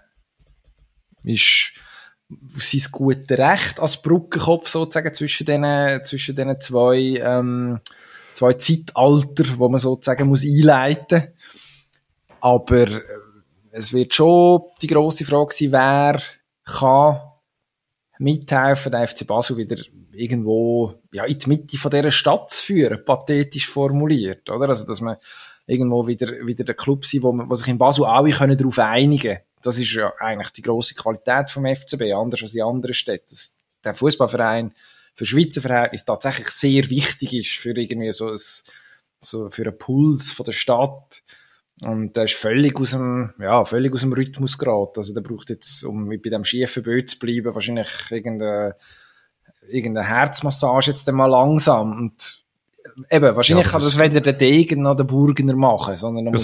Ist sein gutes Recht als Brückenkopf sozusagen zwischen diesen zwei Zeitalter, wo man sozusagen muss einleiten. Aber es wird schon die grosse Frage sein, wer kann mithelfen, den FC Basel wieder irgendwo in die Mitte von dieser Stadt zu führen, pathetisch formuliert, oder? Also, dass man irgendwo wieder der Club sein, wo sich in Basel alle darauf einigen können. Das ist ja eigentlich die grosse Qualität vom FCB, anders als die anderen Städte. Der Fußballverein für Schweizer Verhältnis tatsächlich sehr wichtig ist für irgendwie so für einen Puls von der Stadt. Und der ist völlig aus dem Rhythmus geraten. Also der braucht jetzt, um bei dem schiefen Bild zu bleiben, wahrscheinlich irgendeine Herzmassage jetzt mal langsam. Und eben, wahrscheinlich kann das weder der Degen noch der Burgener machen, sondern da muss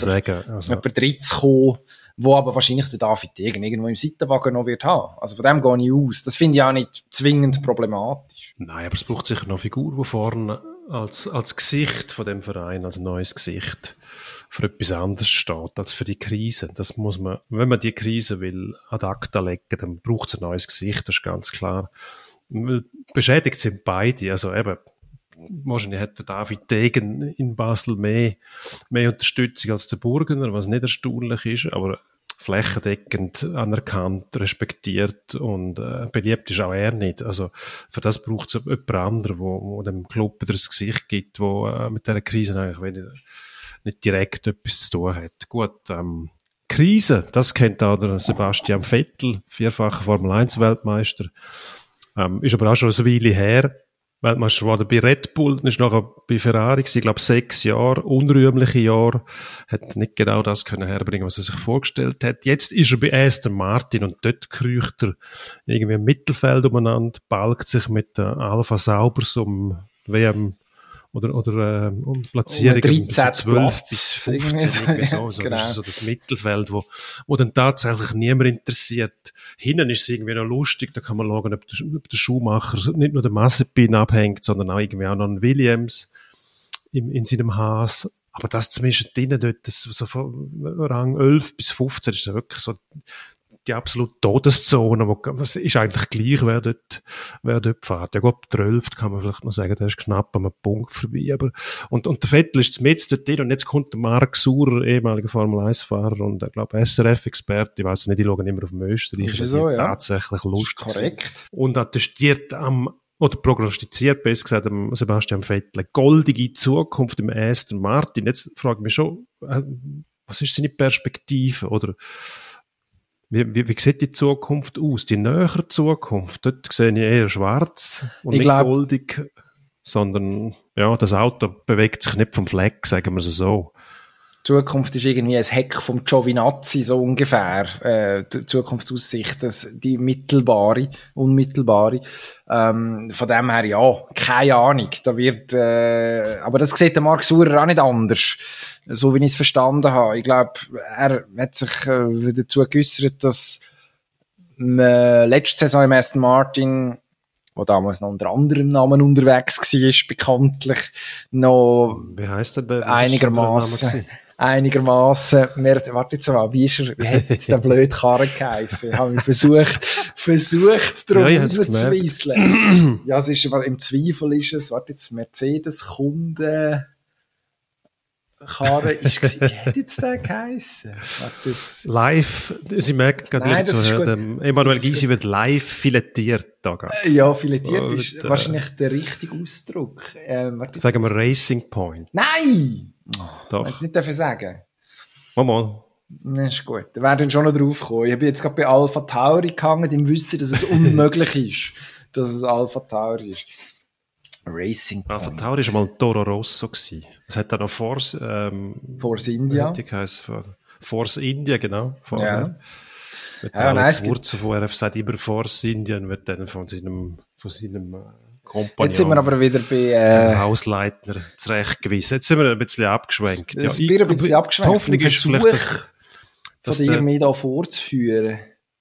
jemand drittes kommen, wo aber wahrscheinlich der David Degen irgendwo im Seitenwagen noch wird haben. Also von dem gehe ich aus. Das finde ich auch nicht zwingend problematisch. Nein, aber es braucht sicher noch eine Figur, die vorne als Gesicht von dem Verein, als neues Gesicht für etwas anderes steht als für die Krise. Das muss man, wenn man die Krise will ad acta legen, dann braucht es ein neues Gesicht, das ist ganz klar. Beschädigt sind beide, also eben, wahrscheinlich hat der David Degen in Basel mehr Unterstützung als der Burgener, was nicht erstaunlich ist, aber flächendeckend anerkannt, respektiert und beliebt ist auch er nicht. Also für das braucht es jemand anderen, wo dem Club wieder das Gesicht gibt, wo mit dieser Krise eigentlich nicht direkt etwas zu tun hat. Gut, Krise, das kennt auch der Sebastian Vettel, 4-facher Formel-1-Weltmeister, ist aber auch schon eine Weile her. Weltmeister geworden bei Red Bull, dann ist nachher bei Ferrari gewesen, ich glaube 6 Jahre, unrühmliche Jahre, hat nicht genau das können herbringen, was er sich vorgestellt hat. Jetzt ist er bei Aston Martin und dort kriecht er irgendwie im Mittelfeld umeinander, balgt sich mit Alfa Saubers um WM oder um Platzierungen 12 bis 15, irgendwie so. Genau. Das ist so das Mittelfeld, wo dann tatsächlich niemand interessiert. Hinten ist es irgendwie noch lustig, da kann man schauen, ob der Schuhmacher nicht nur der Mazepin abhängt, sondern auch irgendwie auch noch ein Williams in seinem Haas. Aber das zumindest drinnen dort, das so von Rang 11 bis 15, ist wirklich so die absolute Todeszone, was ist eigentlich gleich, wer dort fährt. Ja gut, der 11. kann man vielleicht noch sagen, der ist knapp an einem Punkt vorbei, aber, und der Vettel ist mit dort drin, und jetzt kommt der Marc Surer, ehemaliger Formel-1-Fahrer und, ich glaube, SRF-Experte, ich weiss nicht, die schauen immer auf dem Österreich, ist so, ja. Tatsächlich lustig. Korrekt. Und attestiert oder prognostiziert, besser gesagt, Sebastian Vettel, eine goldige Zukunft im Aston Martin. Jetzt frage ich mich schon, was ist seine Perspektive, oder, wie sieht die Zukunft aus? Die nähere Zukunft? Dort sehe ich eher schwarz und nicht goldig, sondern, ja, das Auto bewegt sich nicht vom Fleck, sagen wir es so. Die Zukunft ist irgendwie ein Heck vom Giovinazzi, so ungefähr. Die Zukunftsaussicht, die unmittelbare. Von dem her, ja, keine Ahnung. Da wird, aber das sieht der Marc Surer auch nicht anders. So wie ich es verstanden habe. Ich glaube, er hat sich dazu geäussert, dass man letzte Saison im Aston Martin, wo damals noch unter anderem Namen unterwegs war, bekanntlich noch wie heisst der einigermaßen einigermaßen, warte jetzt mal, wie hat jetzt der blöde Karren geheissen? Ich habe mich versucht, darum rauszuweisseln. Ja, es ist, im Zweifel ist es, warte jetzt, Mercedes-Kunde, Karre ist gewesen. Wie hat jetzt der geheissen? Live, Sie merken gerade, liebe Zuhörer, Emanuel Gysi wird live filetiert. Ja, filetiert ist wahrscheinlich der richtige Ausdruck. Sagen wir Racing Point. Nein! Doch. Wenn ich es nicht dafür sagen. Mal. Das ist gut. Da werden schon noch drauf kommen. Ich bin jetzt gerade bei Alpha Tauri gehangen, im Wissen, dass es unmöglich ist, dass es Alpha Tauri ist. Racing Point. Alpha Tauri war mal Toro Rosso gewesen. Es hat dann noch Force India. Force India, genau. Ja. Mit Alex Wurzel von RF sagt immer Force India und wird dann von seinem Kompagnon. Jetzt sind wir aber wieder bei Hausleitner zurechtgewiesen. Jetzt sind wir ein bisschen abgeschwenkt. Ja, ich bin ein bisschen abgeschwenkt. Die Hoffnung ist vielleicht, dass dir mich da vorzuführen.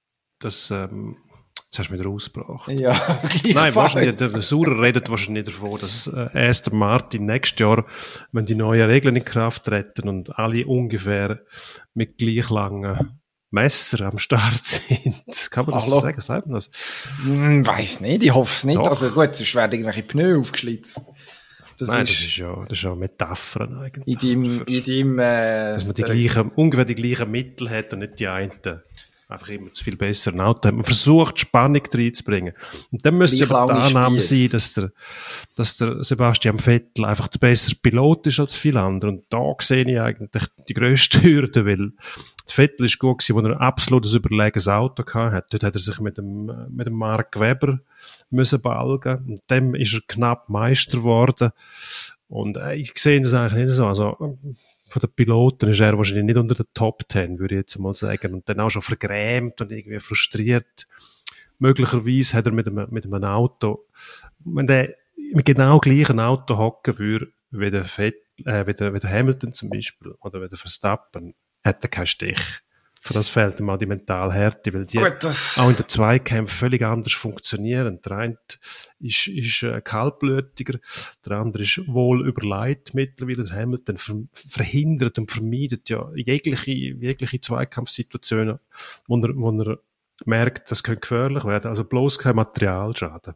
Jetzt hast du wieder ausgebracht. Ja, nein, wahrscheinlich, der Saurer redet wahrscheinlich davon, dass Aston Martin nächstes Jahr, wenn die neuen Regeln in Kraft treten und alle ungefähr mit gleich langen Messer am Start sind. Kann man das so sagen? Sagt man das? Weiss nicht, ich hoffe es nicht. Doch. Also gut, sonst werden irgendwelche Pneu aufgeschlitzt. Das ist ja Metaphern eigentlich. In deinem dass man ungefähr die gleichen Mittel hat und nicht die einen einfach immer zu viel besser ein Auto hat. Man versucht, Spannung reinzubringen. Und dann müsste aber die Annahme sein, dass der Sebastian Vettel einfach der bessere Pilot ist als viele andere. Und da sehe ich eigentlich die grösste Hürde, weil der Vettel ist gut gewesen, wo er ein absolutes überlegenes Auto hatte. Dort hat er sich mit dem Mark Webber müssen balgen. Und dem ist er knapp Meister geworden. Und ich sehe das eigentlich nicht so. Also, von den Piloten ist er wahrscheinlich nicht unter den Top 10, würde ich jetzt mal sagen. Und dann auch schon vergrämt und irgendwie frustriert. Möglicherweise hat er mit einem Auto, wenn der mit genau gleichen Auto hocken würde, wie der Hamilton zum Beispiel, oder wie der Verstappen, hat er keinen Stich. Für das fehlt ihm auch die mentale Härte, weil die auch in den Zweikämpfen völlig anders funktionieren. Der eine ist kaltblütiger, der andere ist wohl überlegt mittlerweile. Der Hamilton verhindert und vermeidet ja jegliche Zweikampfsituationen, wo er merkt, das könnte gefährlich werden. Also bloß kein Materialschaden.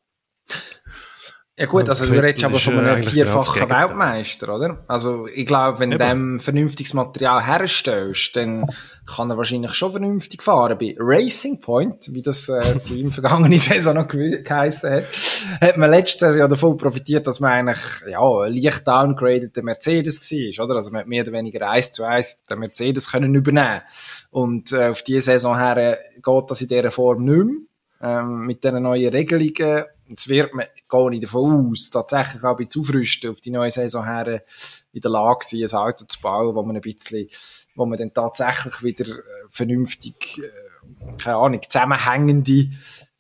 Ja gut, also du redest aber von einem vierfachen Weltmeister, oder? Also ich glaube, wenn du dem vernünftiges Material herstellst, dann kann er wahrscheinlich schon vernünftig fahren. Bei Racing Point, wie das Team vergangene Saison noch geheissen hat man letzte Saison ja davon profitiert, dass man eigentlich leicht downgraded der Mercedes war, oder? Also man hat mehr oder weniger 1:1 den Mercedes können übernehmen. Und auf diese Saison her geht das in dieser Form nicht mehr. Mit diesen neuen Regelungen. Jetzt wird man, gehe ich davon aus, tatsächlich auch bei Zufrüsten auf die neue Saison her in der Lage sein, ein Auto zu bauen, wo man dann tatsächlich wieder vernünftig, keine Ahnung, zusammenhängende,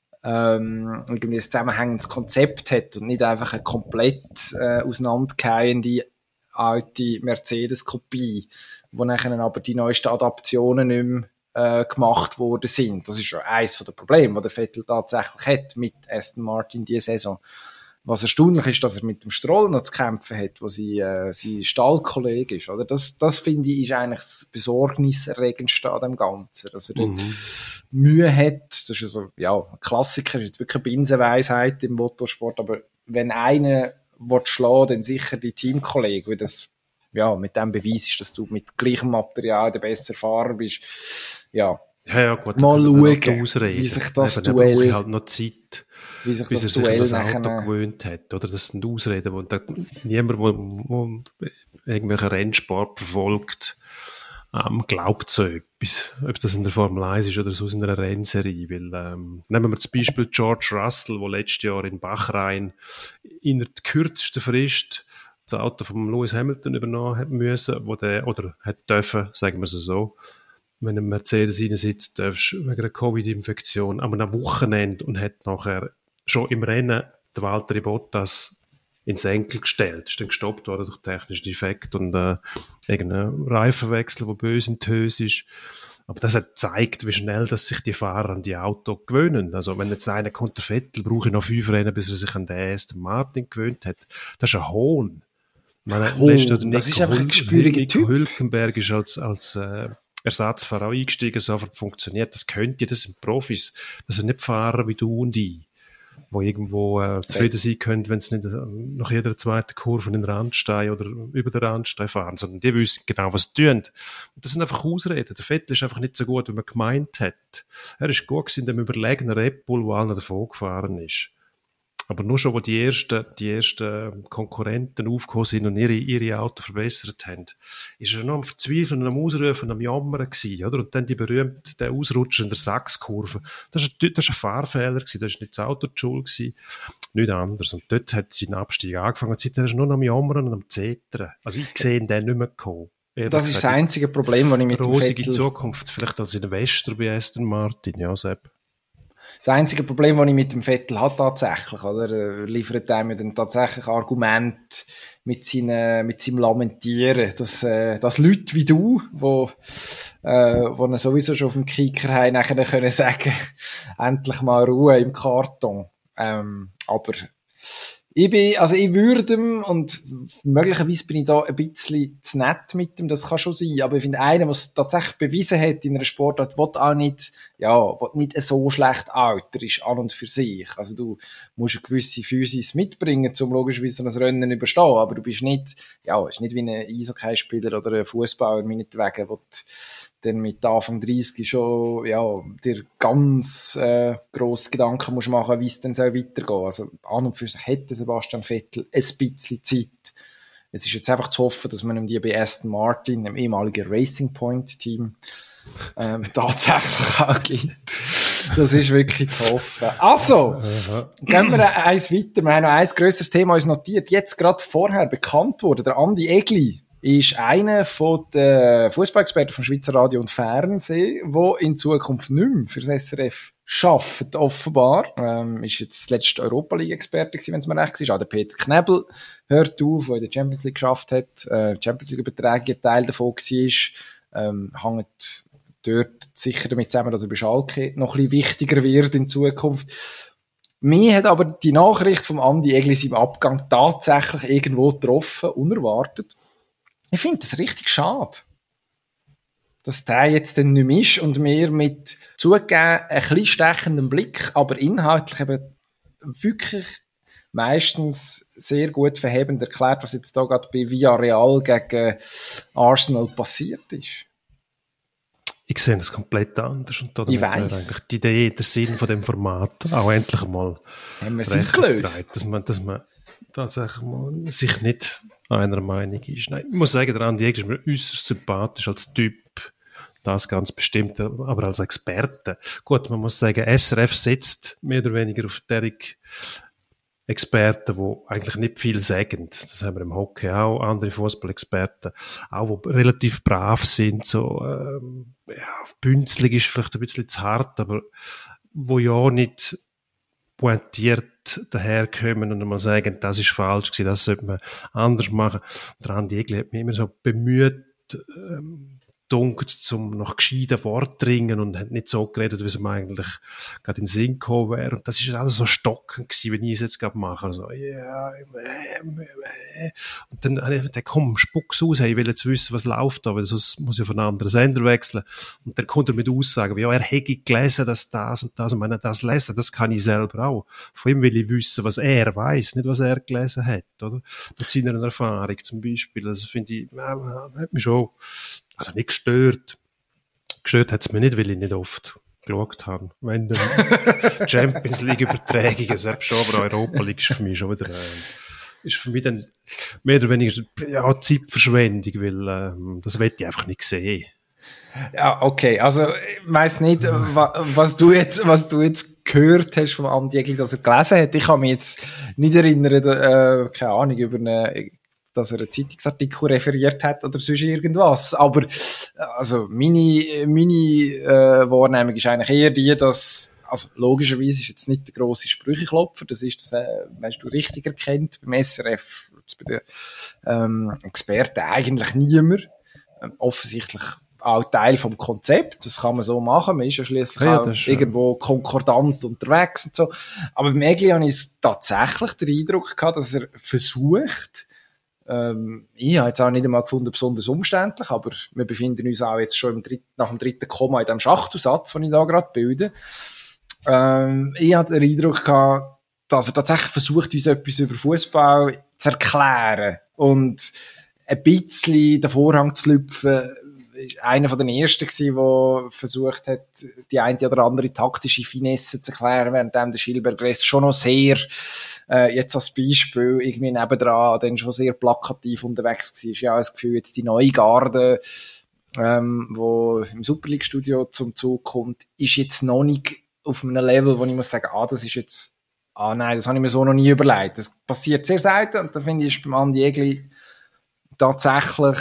irgendwie ein zusammenhängendes Konzept hat und nicht einfach eine komplett auseinandergehende alte Mercedes-Kopie, wo nachher aber die neuesten Adaptionen nicht mehr gemacht worden sind. Das ist schon eines der Probleme, die der Vettel tatsächlich hat mit Aston Martin diese Saison. Was erstaunlich ist, dass er mit dem Stroll noch zu kämpfen hat, wo sein Stallkollege ist. Oder? Das finde ich, ist eigentlich das Besorgniserregendste an dem Ganzen. Dass er Mühe hat, das ist also, ein Klassiker, ist jetzt wirklich eine Binsenweisheit im Motorsport, aber wenn einer schlagen will, dann sicher die Teamkollegen, weil das mit dem Beweis ist, dass du mit gleichem Material der bessere Fahrer bist. Ja, gut, mal schauen, wie sich das Duell halt noch Zeit, wie sich bis das er Duell sich das Auto gewöhnt hat. Oder das sind Ausreden, wo niemand, wo irgendwelchen Rennsport verfolgt, glaubt so etwas. Ob das in der Formel 1 ist oder so in einer Rennserie. Weil, nehmen wir das Beispiel George Russell, der letztes Jahr in Bahrain in der kürzesten Frist das Auto von Lewis Hamilton übernommen hat müssen, hat dürfen, sagen wir es so. Wenn ein Mercedes reinsitzt, darfst du wegen einer Covid-Infektion an einem Wochenende und hat nachher schon im Rennen den Valtteri Bottas ins Enkel gestellt. Ist dann gestoppt worden durch technischen Defekt und irgendeinen Reifenwechsel, der böse in die Hose ist. Aber das hat gezeigt, wie schnell dass sich die Fahrer an die Auto gewöhnen. Also wenn jetzt einer kommt, der Vettel, brauche ich noch 5 Rennen, bis er sich an den Aston Martin gewöhnt hat. Das ist ein Hohn. Das ist einfach ein gespüriger Typ. Hülkenberg ist als Ersatzfahrer auch eingestiegen, sofort funktioniert. Das sind Profis. Das sind nicht Fahrer wie du und ich, die irgendwo zufrieden sein können, wenn sie nicht nach jeder zweiten Kurve in den Randstein oder über den Randstein fahren, sondern die wissen genau, was sie tun. Und das sind einfach Ausreden. Der Vettel ist einfach nicht so gut, wie man gemeint hat. Er ist gut gewesen in dem überlegenen Red Bull, wo allen davon gefahren ist. Aber nur schon, wo die ersten Konkurrenten aufgekommen sind und ihre Autos verbessert haben, ist er noch am Verzweifeln, am Ausrufen, am Jammern gewesen, oder? Und dann der Ausrutscher in der Sachskurve. Das ist ein Fahrfehler gewesen, das ist nicht das Auto die Schuld gewesen, nichts anderes. Und dort hat sein Abstieg angefangen. Und seitdem ist er nur noch am Jammern und am Zetern. Also ich sehe ihn dann nicht mehr kommen. Das ist das einzige Problem, das ich mit dem Vettel... Rosige Zukunft, vielleicht als Investor bei Aston Martin, ja, Sepp. Das einzige Problem, das ich mit dem Vettel habe, tatsächlich, oder? Er liefert einem dann tatsächlich Argumente mit seinem Lamentieren, dass Leute wie du, wo ihn sowieso schon auf dem Kicker haben, nachher können sagen, endlich mal Ruhe im Karton. Aber ich würde ihm, und möglicherweise bin ich da ein bisschen zu nett mit ihm, das kann schon sein, aber ich finde, einer, der es tatsächlich bewiesen hat in einer Sportart, will nicht so schlecht altern, ist an und für sich. Also du musst eine gewisse Physis mitbringen, um logischerweise ein Rennen überstehen, aber du bist nicht, ist nicht wie ein Eishockeyspieler oder ein Fußballer, meinetwegen, wo dann mit Anfang 30 schon, dir ganz grosse Gedanken musst machen, wie es dann weitergehen soll. Also an und für sich hätte Sebastian Vettel ein bisschen Zeit. Es ist jetzt einfach zu hoffen, dass man ihm die bei Aston Martin, dem ehemaligen Racing Point Team, tatsächlich auch gibt. Das ist wirklich zu hoffen. Also, gehen wir eins weiter. Wir haben noch ein grösseres Thema uns notiert. Jetzt gerade vorher bekannt wurde, der Andi Egli ist einer von den Fußballexperten vom Schweizer Radio und Fernsehen, der in Zukunft nicht mehr für das SRF arbeitet, offenbar. Ist jetzt zuletzt Europa-League-Experte gewesen, wenn es mir recht ist. Auch der Peter Knebel hört auf, der in der Champions League geschafft hat, Champions League-Übertragung Teil davon war. Hängt dort sicher damit zusammen, dass er bei Schalke noch ein bisschen wichtiger wird in Zukunft. Mir hat aber die Nachricht vom Andi Egli im Abgang tatsächlich irgendwo getroffen, unerwartet. Ich finde das richtig schade, dass der jetzt dann nicht mehr ist und mir mit zugegeben ein bisschen stechendem Blick, aber inhaltlich eben wirklich meistens sehr gut verhebend erklärt, was jetzt da gerade bei Villarreal gegen Arsenal passiert ist. Ich sehe das komplett anders. Und ich weiss. Eigentlich die Idee, der Sinn von dem Format auch endlich mal haben wir sie gelöst. Dass man tatsächlich mal sich nicht einer Meinung ist. Nein, ich muss sagen, der Andi Egli ist mir äußerst sympathisch als Typ. Das ganz bestimmt, aber als Experte. Gut, man muss sagen, SRF setzt mehr oder weniger auf derige Experten, die eigentlich nicht viel sagen. Das haben wir im Hockey auch, andere Fußballexperten, auch die relativ brav sind, so bünzlig ist vielleicht ein bisschen zu hart, aber wo ja nicht pointiert daherkommen und mal sagen, das ist falsch gewesen, das sollte man anders machen. Der Andi Egli hat mich immer so bemüht, dunkt zum nach gescheiten Wort dringen und hat nicht so geredet, wie es ihm eigentlich gerade in den Sinn gekommen wäre. Und das ist alles so stockend gewesen, wenn ich es jetzt gerade mache. Also, und dann habe ich gedacht, komm, spuck's aus, ich will jetzt wissen, was läuft da, weil sonst muss ich auf einen anderen Sender wechseln. Und dann kommt er mit Aussagen, wie, er hätte gelesen, dass das und das, und wenn er das lesen, das kann ich selber auch. Von ihm will ich wissen, was er weiß, nicht was er gelesen hat, oder? Mit seiner Erfahrung zum Beispiel. Also finde ich, hat mich schon, also nicht gestört. Gestört hat es mir nicht, weil ich nicht oft geschaut habe. Wenn die Champions League Übertragungen, selbst schon, aber Europa League ist für mich schon wieder, ist für mich dann mehr oder weniger, Zeitverschwendung, weil, das will ich einfach nicht sehen. Ja, okay. Also, ich weiss nicht, was du jetzt gehört hast vom Andi Egli, dass er gelesen hat. Ich kann mich jetzt nicht erinnern, keine Ahnung, dass er einen Zeitungsartikel referiert hat oder sonst irgendwas. Aber, also, meine Wahrnehmung ist eigentlich eher die, dass, also, logischerweise ist jetzt nicht der grosse Sprücheklopfer, das ist, weißt du, richtig erkennt, beim SRF, bei den, Experten eigentlich niemand. Offensichtlich auch Teil vom Konzept, das kann man so machen, man ist ja schliesslich auch irgendwo konkordant unterwegs und so. Aber beim Egli habe ich tatsächlich den Eindruck gehabt, dass er versucht, Ich habe jetzt auch nicht einmal gefunden, besonders umständlich, aber wir befinden uns auch jetzt schon nach dem dritten Komma in dem Schachtelsatz, den ich da gerade bilde. Ich hatte den Eindruck gehabt, dass er tatsächlich versucht, uns etwas über Fußball zu erklären und ein bisschen den Vorhang zu lüpfen. Ist einer von den ersten gewesen, der versucht hat, die eine oder andere taktische Finesse zu erklären, während der Schilberg Ress schon noch sehr, jetzt als Beispiel, irgendwie nebendran, dann schon sehr plakativ unterwegs war. Ich habe das Gefühl, jetzt die neue Garde, wo im Super League Studio zum Zug kommt, ist jetzt noch nicht auf einem Level, wo ich muss sagen, das ist jetzt, nein, das habe ich mir so noch nie überlegt. Das passiert sehr selten und da finde ich, ist beim Andi Egli tatsächlich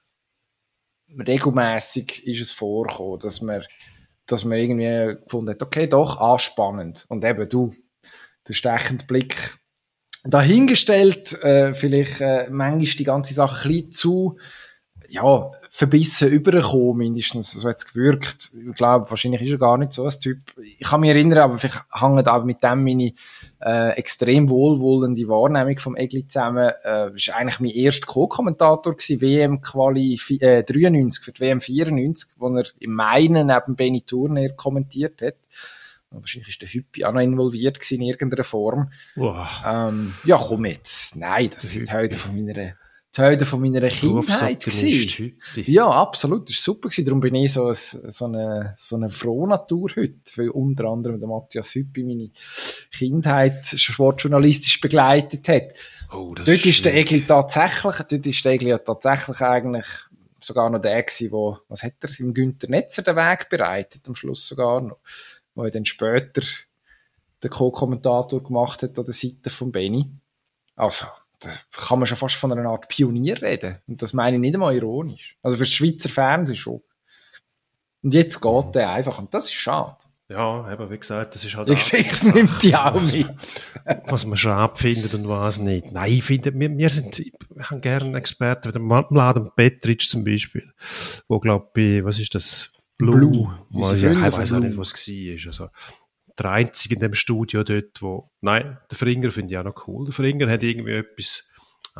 regelmässig ist es vorgekommen, dass man irgendwie gefunden hat, okay, doch, spannend. Und eben der stechende Blick dahingestellt, vielleicht manchmal die ganze Sache ein bisschen zu verbissen übergekommen, mindestens, so hat es gewirkt. Ich glaube, wahrscheinlich ist er gar nicht so ein Typ. Ich kann mich erinnern, aber vielleicht hängt auch mit dem meine extrem wohlwollende Wahrnehmung vom Egli zusammen. Ist eigentlich mein erster Co-Kommentator gewesen, WM-Quali 93 für die WM 94, wo er im Mai neben Benny Turner kommentiert hat. Wahrscheinlich ist der Hüppi auch noch involviert gewesen in irgendeiner Form. Wow. Komm jetzt. Nein, das sind Helden von meiner Kindheit gewesen. Ja, absolut. Das war super gewesen. Darum bin ich so eine Frohnatur heute. Weil unter anderem der Matthias Hüppi meine Kindheit sportjournalistisch begleitet hat. Dort ist der Egli tatsächlich eigentlich sogar noch der gewesen, was hat er? Im Günther Netzer den Weg bereitet, am Schluss sogar noch. Wo er dann später den Co-Kommentator gemacht hat an der Seite von Benny. Also, da kann man schon fast von einer Art Pionier reden. Und das meine ich nicht einmal ironisch. Also für das Schweizer Fernsehen schon. Und jetzt geht der einfach. Und das ist schade. Ja, eben, wie gesagt, das ist halt... Ich sehe, es nimmt die auch mit. Was man schade findet und was nicht. Nein, ich finde, wir haben gerne Experten, wie der Mladen Petric zum Beispiel, wo, glaube ich, was ist das? Blue. Ich weiß auch nicht, was es war. Also, der Einzige in dem Studio dort, der Fringer finde ich auch noch cool. Der Fringer hat irgendwie etwas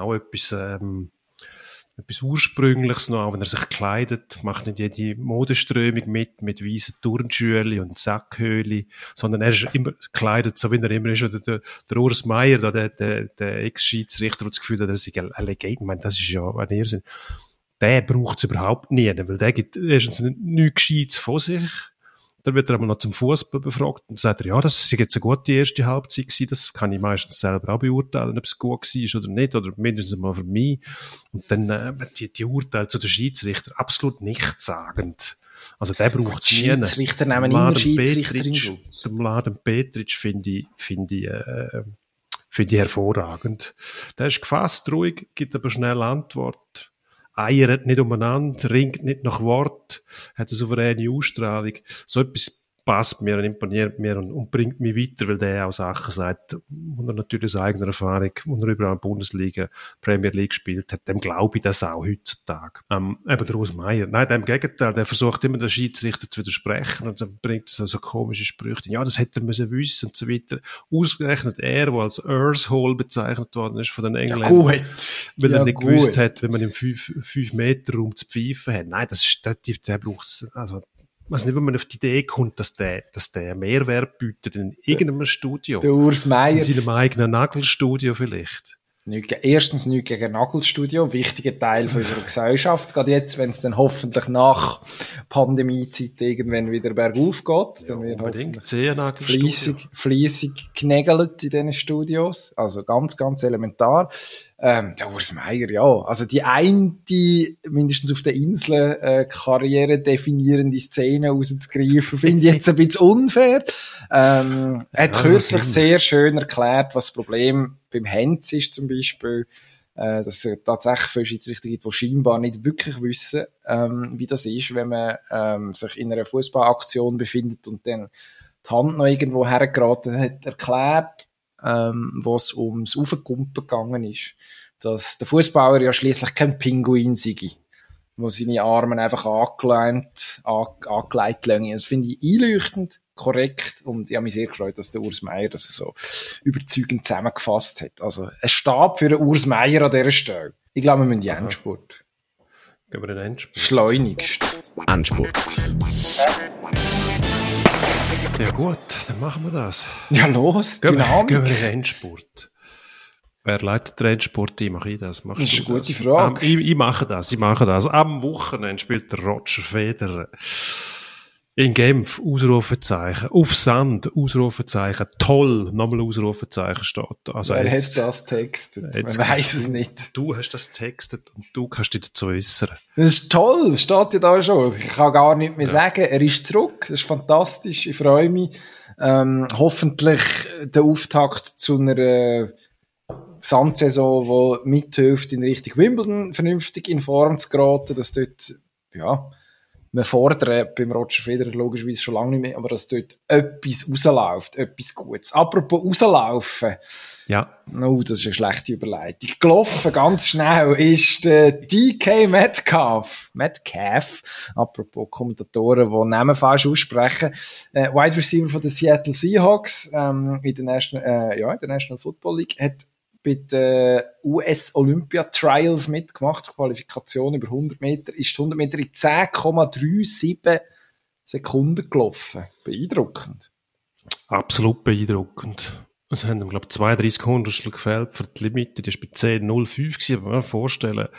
Ursprüngliches noch, auch wenn er sich kleidet, macht nicht jede Modeströmung mit weißen Turnschüli und Sackhöhli, sondern er ist immer gekleidet, so wie er immer ist. Oder der Urs Meier, der Ex-Schiedsrichter, der das Gefühl hat, er sei eine Legende. Ich meine, das ist ja ein Irrsinn. Der braucht es überhaupt nie, weil der gibt erstens nichts Gescheites von sich. Dann wird er aber noch zum Fußball befragt und sagt er, ja, das ist jetzt eine gute erste Halbzeit gewesen, das kann ich meistens selber auch beurteilen, ob es gut war oder nicht, oder mindestens mal für mich. Und dann die Urteile zu den Schiedsrichter absolut nichtssagend. Also der braucht es nie. Schiedsrichter nehmen immer Schiedsrichter in Schutz. Der Mladen Petric finde ich hervorragend. Der ist gefasst, ruhig, gibt aber schnell Antwort. Eiert nicht umeinander, ringt nicht nach Wort, hat eine souveräne Ausstrahlung. So etwas passt mir und imponiert mir und bringt mich weiter, weil der auch Sachen sagt, und er natürlich aus eigener Erfahrung, und er überall in der Bundesliga, Premier League gespielt hat, dem glaube ich das auch heutzutage. Eben der Urs Meier. Nein, im Gegenteil, der versucht immer, den Schiedsrichter zu widersprechen und dann bringt er so komische Sprüche. Ja, das hätte er müssen wissen und so weiter. Ausgerechnet er, der als Earthhole bezeichnet worden ist von den Engländern. Ja, gut. Weil er nicht gewusst hat, wenn man im 5-Meter-Raum zu pfeifen hat. Nein, der braucht es, also, ich weiss nicht, wenn man auf die Idee kommt, dass der Mehrwert bietet in irgendeinem Studio. Der Urs Meier. In seinem eigenen Nagelstudio vielleicht. Erstens nichts gegen Nagelstudio, wichtiger Teil von unserer Gesellschaft. Gerade jetzt, wenn es dann hoffentlich nach Pandemiezeit irgendwann wieder bergauf geht, dann wird hoffentlich fleissig genägelt in diesen Studios. Also ganz, ganz elementar. Der Urs Meier, ja. Also die mindestens auf der Insel, Karriere definierende Szene rauszugreifen, finde ich jetzt ein bisschen unfair. Er hat kürzlich sehr schön erklärt, was das Problem beim Hens ist zum Beispiel, dass es tatsächlich viele Schiedsrichter gibt, die scheinbar nicht wirklich wissen, wie das ist, wenn man sich in einer Fußballaktion befindet und dann die Hand noch irgendwo hergeraten hat, erklärt, wo es ums Aufkumpen gegangen ist, dass der Fußballer ja schließlich kein Pinguin sei. wo seine Arme einfach angelegt lassen. Das finde ich einleuchtend, korrekt, und ich habe mich sehr gefreut, dass der Urs Meier das so überzeugend zusammengefasst hat. Also, ein Stab für den Urs Meier an dieser Stelle. Ich glaube, wir müssen die Endspurt. Gehen wir in den Endspurt. Schleunigst. Endspurt. Ja gut, dann machen wir das. Ja, los, Gehen Dynamik. wir in den Endspurt. Wer leitet den Endspurt ein? Mache ich das? Machst Das ist du eine gute das? Frage. Ich mache das. Am Wochenende spielt der Roger Federer in Genf, Ausrufezeichen. Auf Sand, Ausrufezeichen. Toll, nochmal Ausrufezeichen steht da. Also Wer jetzt, hat das textet? jetzt Man weiss es nicht. Du hast das textet und du kannst dich dazu äußern. Das ist toll, das steht ja da schon. Ich kann gar nichts mehr sagen. Er ist zurück, das ist fantastisch, ich freue mich. Hoffentlich der Auftakt zu einer Sandsaison, die mithilft, in Richtung Wimbledon vernünftig in Form zu geraten, dass dort, ja, wir fordern beim Roger Federer logischerweise schon lange nicht mehr, aber dass dort etwas rausläuft, etwas Gutes. Apropos rauslaufen. Ja. Oh, das ist eine schlechte Überleitung. Gelaufen, ganz schnell, ist der DK Metcalf. Apropos Kommentatoren, die Namen falsch aussprechen. Wide Receiver von den Seattle Seahawks, in der National Football League, hat bei den US Olympia Trials mitgemacht, Qualifikation über 100 Meter, ist 100 Meter in 10,37 Sekunden gelaufen. Beeindruckend. Absolut beeindruckend. Es haben ihm, glaube ich, 32 Hundertstel gefehlt für die Limite. Die war bei 10,05 gewesen. Aber man kann sich vorstellen,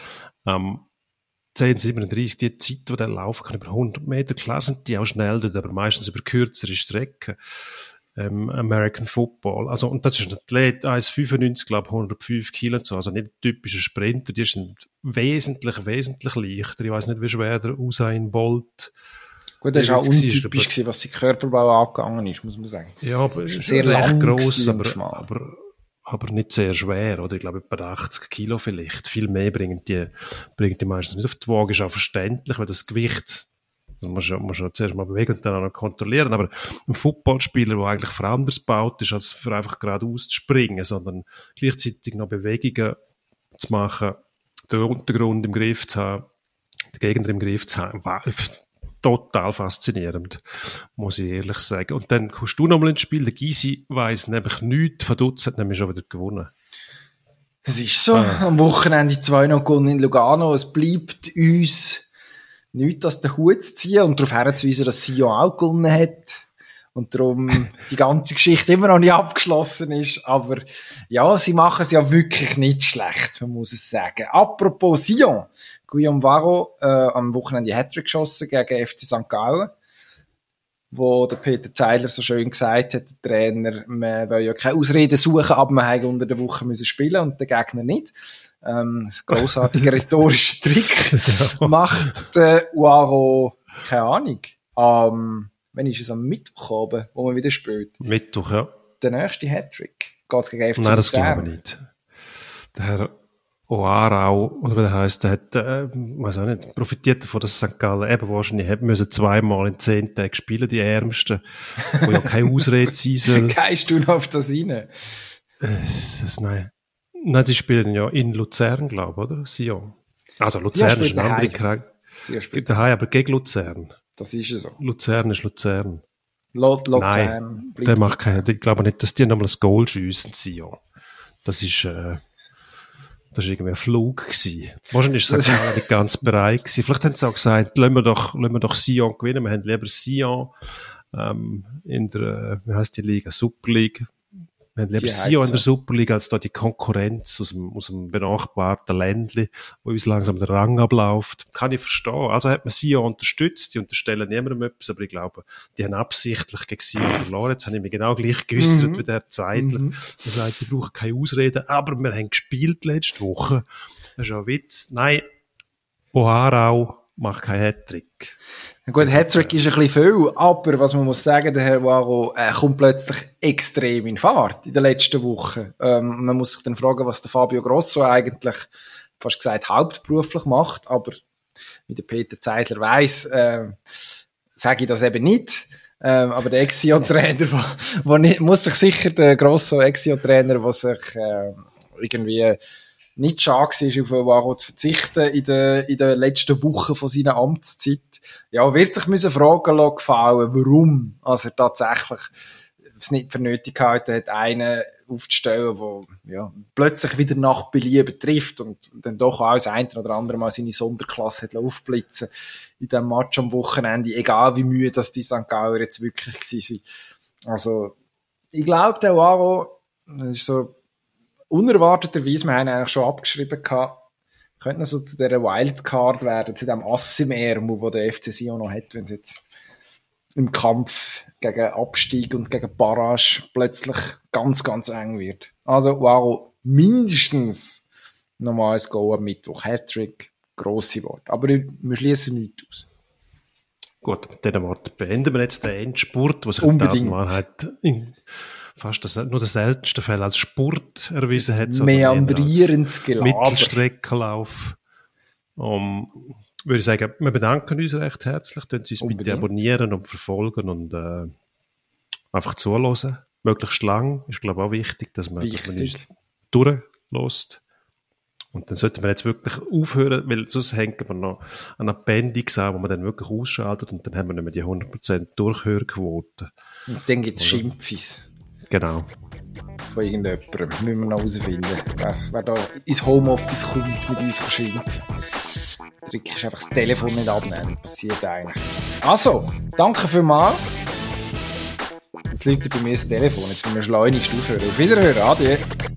10,37, die Zeit, die der laufen kann, über 100 Meter. Klar sind die auch schnell dort, aber meistens über kürzere Strecken. American Football. Also, und das ist ein Athlet, 1,95, glaube ich, 105 Kilo und so. Also nicht ein typischer Sprinter. Die sind wesentlich leichter. Ich weiss nicht, wie schwer der Usain Bolt Gut, das war auch untypisch gewesen, was sein Körperbau angegangen ist, muss man sagen. Ja, aber ist sehr recht gross, aber nicht sehr schwer, oder? Ich glaube, etwa 80 Kilo vielleicht. Viel mehr bringen die meistens nicht auf die Waage. Ist auch verständlich, weil das Gewicht, das muss ja zuerst mal bewegen und dann auch noch kontrollieren. Aber ein Footballspieler, der eigentlich für anders gebaut ist, als für einfach geradeaus zu springen, sondern gleichzeitig noch Bewegungen zu machen, den Untergrund im Griff zu haben, den Gegner im Griff zu haben, total faszinierend, muss ich ehrlich sagen. Und dann kommst du nochmal ins Spiel. Der Gysi weiss nämlich nichts von Dutz, hat nämlich schon wieder gewonnen. Es ist so. Am Wochenende 2 noch gewonnen in Lugano. Es bleibt uns nichts als den Hut zu ziehen und darauf hinzuweisen, dass Sion auch gewonnen hat. Und darum die ganze Geschichte immer noch nicht abgeschlossen ist. Aber ja, sie machen es ja wirklich nicht schlecht, man muss es sagen. Apropos Sion. Guillaume Varro am Wochenende Hattrick geschossen gegen FC St. Gallen, wo der Peter Zeiler so schön gesagt hat, der Trainer, man will ja keine Ausreden suchen, aber man hätte unter der Woche müssen spielen und der Gegner nicht. Grossartiger rhetorischer Trick. Macht der Varro, keine Ahnung, wenn ist es am Mittwoch oben, wo man wieder spielt? Mittwoch, ja. Der nächste Hattrick. Geht's gegen FC Nein, das Luzern? glaube ich nicht. Der Herr Oarau, oder wie der heisst, der hat, weiß auch nicht, profitiert davon, dass St. Gallen eben wahrscheinlich hätte müssen 2-mal in 10 Tagen spielen, die Ärmsten, wo ja keine Ausrede sein soll. Gehst du noch auf das rein? Nein, die spielen ja in Luzern, glaube ich, oder? Sion. Also Luzern ist ein anderer Charakter. Daheim, aber gegen Luzern. Das ist ja so. Luzern ist Luzern. Luzern. Nein, der macht keinen, ich glaube nicht, dass die nochmal ein Goal schiessen, Sion. Das ist irgendwie ein Flug gewesen. Wahrscheinlich ist St. Gallen nicht ganz bereit gewesen. Vielleicht haben sie auch gesagt, lassen wir doch Sion gewinnen. Wir haben lieber Sion, in der, wie heisst die Liga? Super League. Wir haben lieber Sion in der Super League als da die Konkurrenz aus dem benachbarten Ländli, wo uns langsam der Rang abläuft. Kann ich verstehen. Also hat man Sion unterstützt, die unterstellen niemandem etwas, aber ich glaube, die haben absichtlich gegen Sion verloren. Jetzt habe ich mich genau gleich geäussert wie der Zeitler. Er sagt, ich brauche keine Ausreden, aber wir haben gespielt letzte Woche. Das ist ja ein Witz. Nein, Oharau macht keinen Hattrick. Gut, Hattrick ist ein bisschen viel, aber was man muss sagen, der Herr Varro kommt plötzlich extrem in Fahrt in den letzten Wochen. Man muss sich dann fragen, was der Fabio Grosso eigentlich, fast gesagt, hauptberuflich macht, aber wie der Peter Zeidler weiss, sage ich das eben nicht. Aber der Ex-Sion-Trainer, muss sich sicher, der Grosso Ex-Sion-Trainer, der sich irgendwie nicht schade war, auf Varo zu verzichten in den letzten Wochen von seiner Amtszeit. Ja, wird sich müssen fragen lassen, gefallen, warum, er tatsächlich es nicht für nötig gehalten hat, einen aufzustellen, der ja, plötzlich wieder nach Belieben trifft und dann doch auch das eine oder andere Mal seine Sonderklasse hat aufblitzen in diesem Match am Wochenende, egal wie müde das die St. Gauer jetzt wirklich waren. Also, ich glaube, der Varo, das ist so unerwarteterweise, wir haben eigentlich schon abgeschrieben gehabt, könnte noch so zu dieser Wildcard werden, zu dem Ass im Ärmel, wo der FC Sion noch hat, wenn es jetzt im Kampf gegen Abstieg und gegen Barrage plötzlich ganz, ganz eng wird. Also, Varo, mindestens nochmal ein Goal am Mittwoch. Hattrick, grosse Worte. Aber wir schließen nichts aus. Gut, mit diesen Worten beenden wir jetzt den Endspurt, was sich unbedingt in fast nur der seltensten Fall als Sport erwiesen hat. Meandrierendes Gelaber. Mittelstreckenlauf. Würde ich sagen, wir bedanken uns recht herzlich. Können Sie uns bitte abonnieren und verfolgen und einfach zuhören. Möglichst lang ist, glaube ich, auch wichtig, dass man uns durchlässt. Und dann sollten wir jetzt wirklich aufhören, weil sonst hängt man noch an Appendix an, wo man dann wirklich ausschaltet und dann haben wir nicht mehr die 100% Durchhörquote. Und dann gibt es Schimpfis. Genau. Von irgendjemandem. Müssen wir noch herausfinden. Wer da ins Homeoffice kommt, mit uns schimpfen. Trick ist einfach das Telefon nicht abnehmen. Das passiert eigentlich. Also, danke vielmals. Jetzt liegt bei mir das Telefon. Jetzt müssen wir schleunigst aufhören. Auf Wiederhören. Adieu.